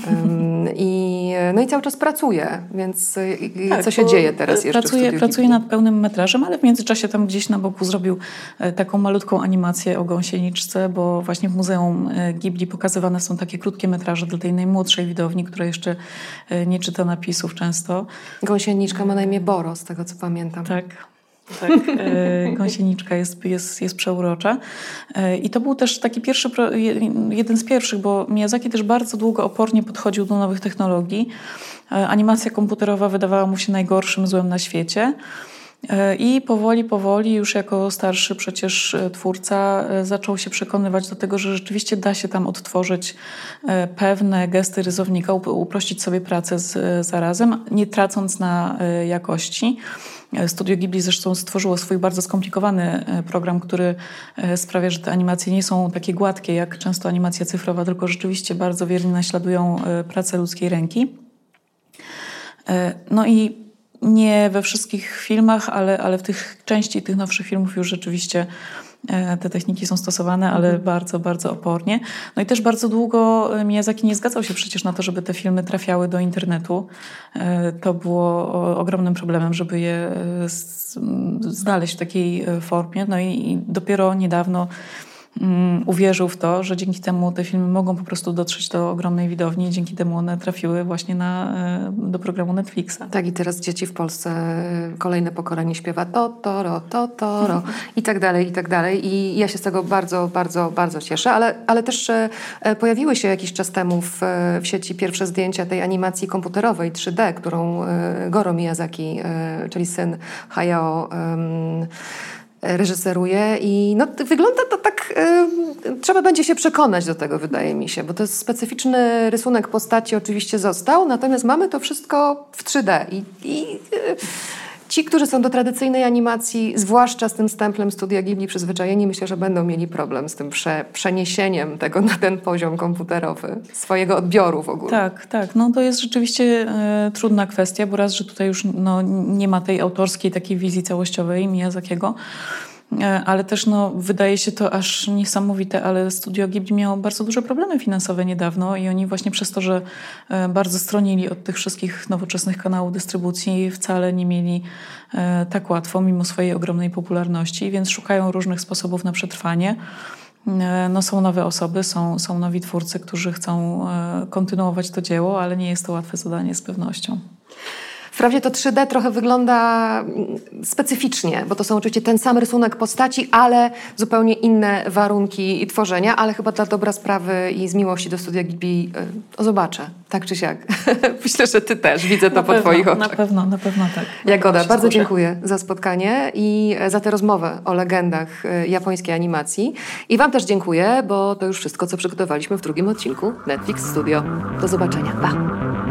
I cały czas pracuje, więc tak, co się dzieje teraz jeszcze Pracuje nad pełnym metrażem, ale w międzyczasie tam gdzieś na boku zrobił taką malutką animację o gąsieniczce, bo właśnie w Muzeum Ghibli pokazywane są takie krótkie metraże dla tej najmłodszej widowni, która jeszcze nie czyta napisów często. Gąsieniczka ma na imię Boro, z tego co pamiętam. Tak, gąsieniczka jest przeurocza. I to był też taki jeden z pierwszych, bo Miyazaki też bardzo długo opornie podchodził do nowych technologii. Animacja komputerowa wydawała mu się najgorszym złem na świecie. I powoli, już jako starszy przecież twórca, zaczął się przekonywać do tego, że rzeczywiście da się tam odtworzyć pewne gesty rysownika, uprościć sobie pracę zarazem, nie tracąc na jakości. Studio Ghibli zresztą stworzyło swój bardzo skomplikowany program, który sprawia, że te animacje nie są takie gładkie jak często animacja cyfrowa, tylko rzeczywiście bardzo wiernie naśladują pracę ludzkiej ręki. No i nie we wszystkich filmach, ale w tych części tych nowszych filmów już rzeczywiście te techniki są stosowane, ale bardzo, bardzo opornie. No i też bardzo długo Miyazaki nie zgadzał się przecież na to, żeby te filmy trafiały do internetu. To było ogromnym problemem, żeby je znaleźć w takiej formie. No i dopiero niedawno uwierzył w to, że dzięki temu te filmy mogą po prostu dotrzeć do ogromnej widowni i dzięki temu one trafiły właśnie do programu Netflixa. Tak, i teraz dzieci w Polsce, kolejne pokolenie śpiewa Totoro i tak dalej. I ja się z tego bardzo, bardzo, bardzo cieszę, ale też pojawiły się jakiś czas temu w sieci pierwsze zdjęcia tej animacji komputerowej 3D, którą Goro Miyazaki, czyli syn Hayao, reżyseruje i wygląda to tak, trzeba będzie się przekonać do tego, wydaje mi się, bo to jest specyficzny rysunek postaci oczywiście został, natomiast mamy to wszystko w 3D i ci, którzy są do tradycyjnej animacji, zwłaszcza z tym stemplem Studia Ghibli przyzwyczajeni, myślę, że będą mieli problem z tym przeniesieniem tego na ten poziom komputerowy, swojego odbioru w ogóle. Tak. No to jest rzeczywiście trudna kwestia, bo raz, że tutaj już nie ma tej autorskiej takiej wizji całościowej Miyazakiego, ale też wydaje się to aż niesamowite, ale Studio Ghibli miało bardzo duże problemy finansowe niedawno i oni właśnie przez to, że bardzo stronili od tych wszystkich nowoczesnych kanałów dystrybucji, wcale nie mieli tak łatwo, mimo swojej ogromnej popularności, więc szukają różnych sposobów na przetrwanie. Są nowe osoby, są nowi twórcy, którzy chcą kontynuować to dzieło, ale nie jest to łatwe zadanie z pewnością. Wprawdzie to 3D trochę wygląda specyficznie, bo to są oczywiście ten sam rysunek postaci, ale zupełnie inne warunki tworzenia, ale chyba dla dobra sprawy i z miłości do Studia Ghibli zobaczę, tak czy siak. Myślę, że ty też, widzę to po twoich oczach. Na pewno tak. Jagoda, bardzo dziękuję za spotkanie i za tę rozmowę o legendach japońskiej animacji. I wam też dziękuję, bo to już wszystko, co przygotowaliśmy w drugim odcinku Netflix Studio. Do zobaczenia. Pa!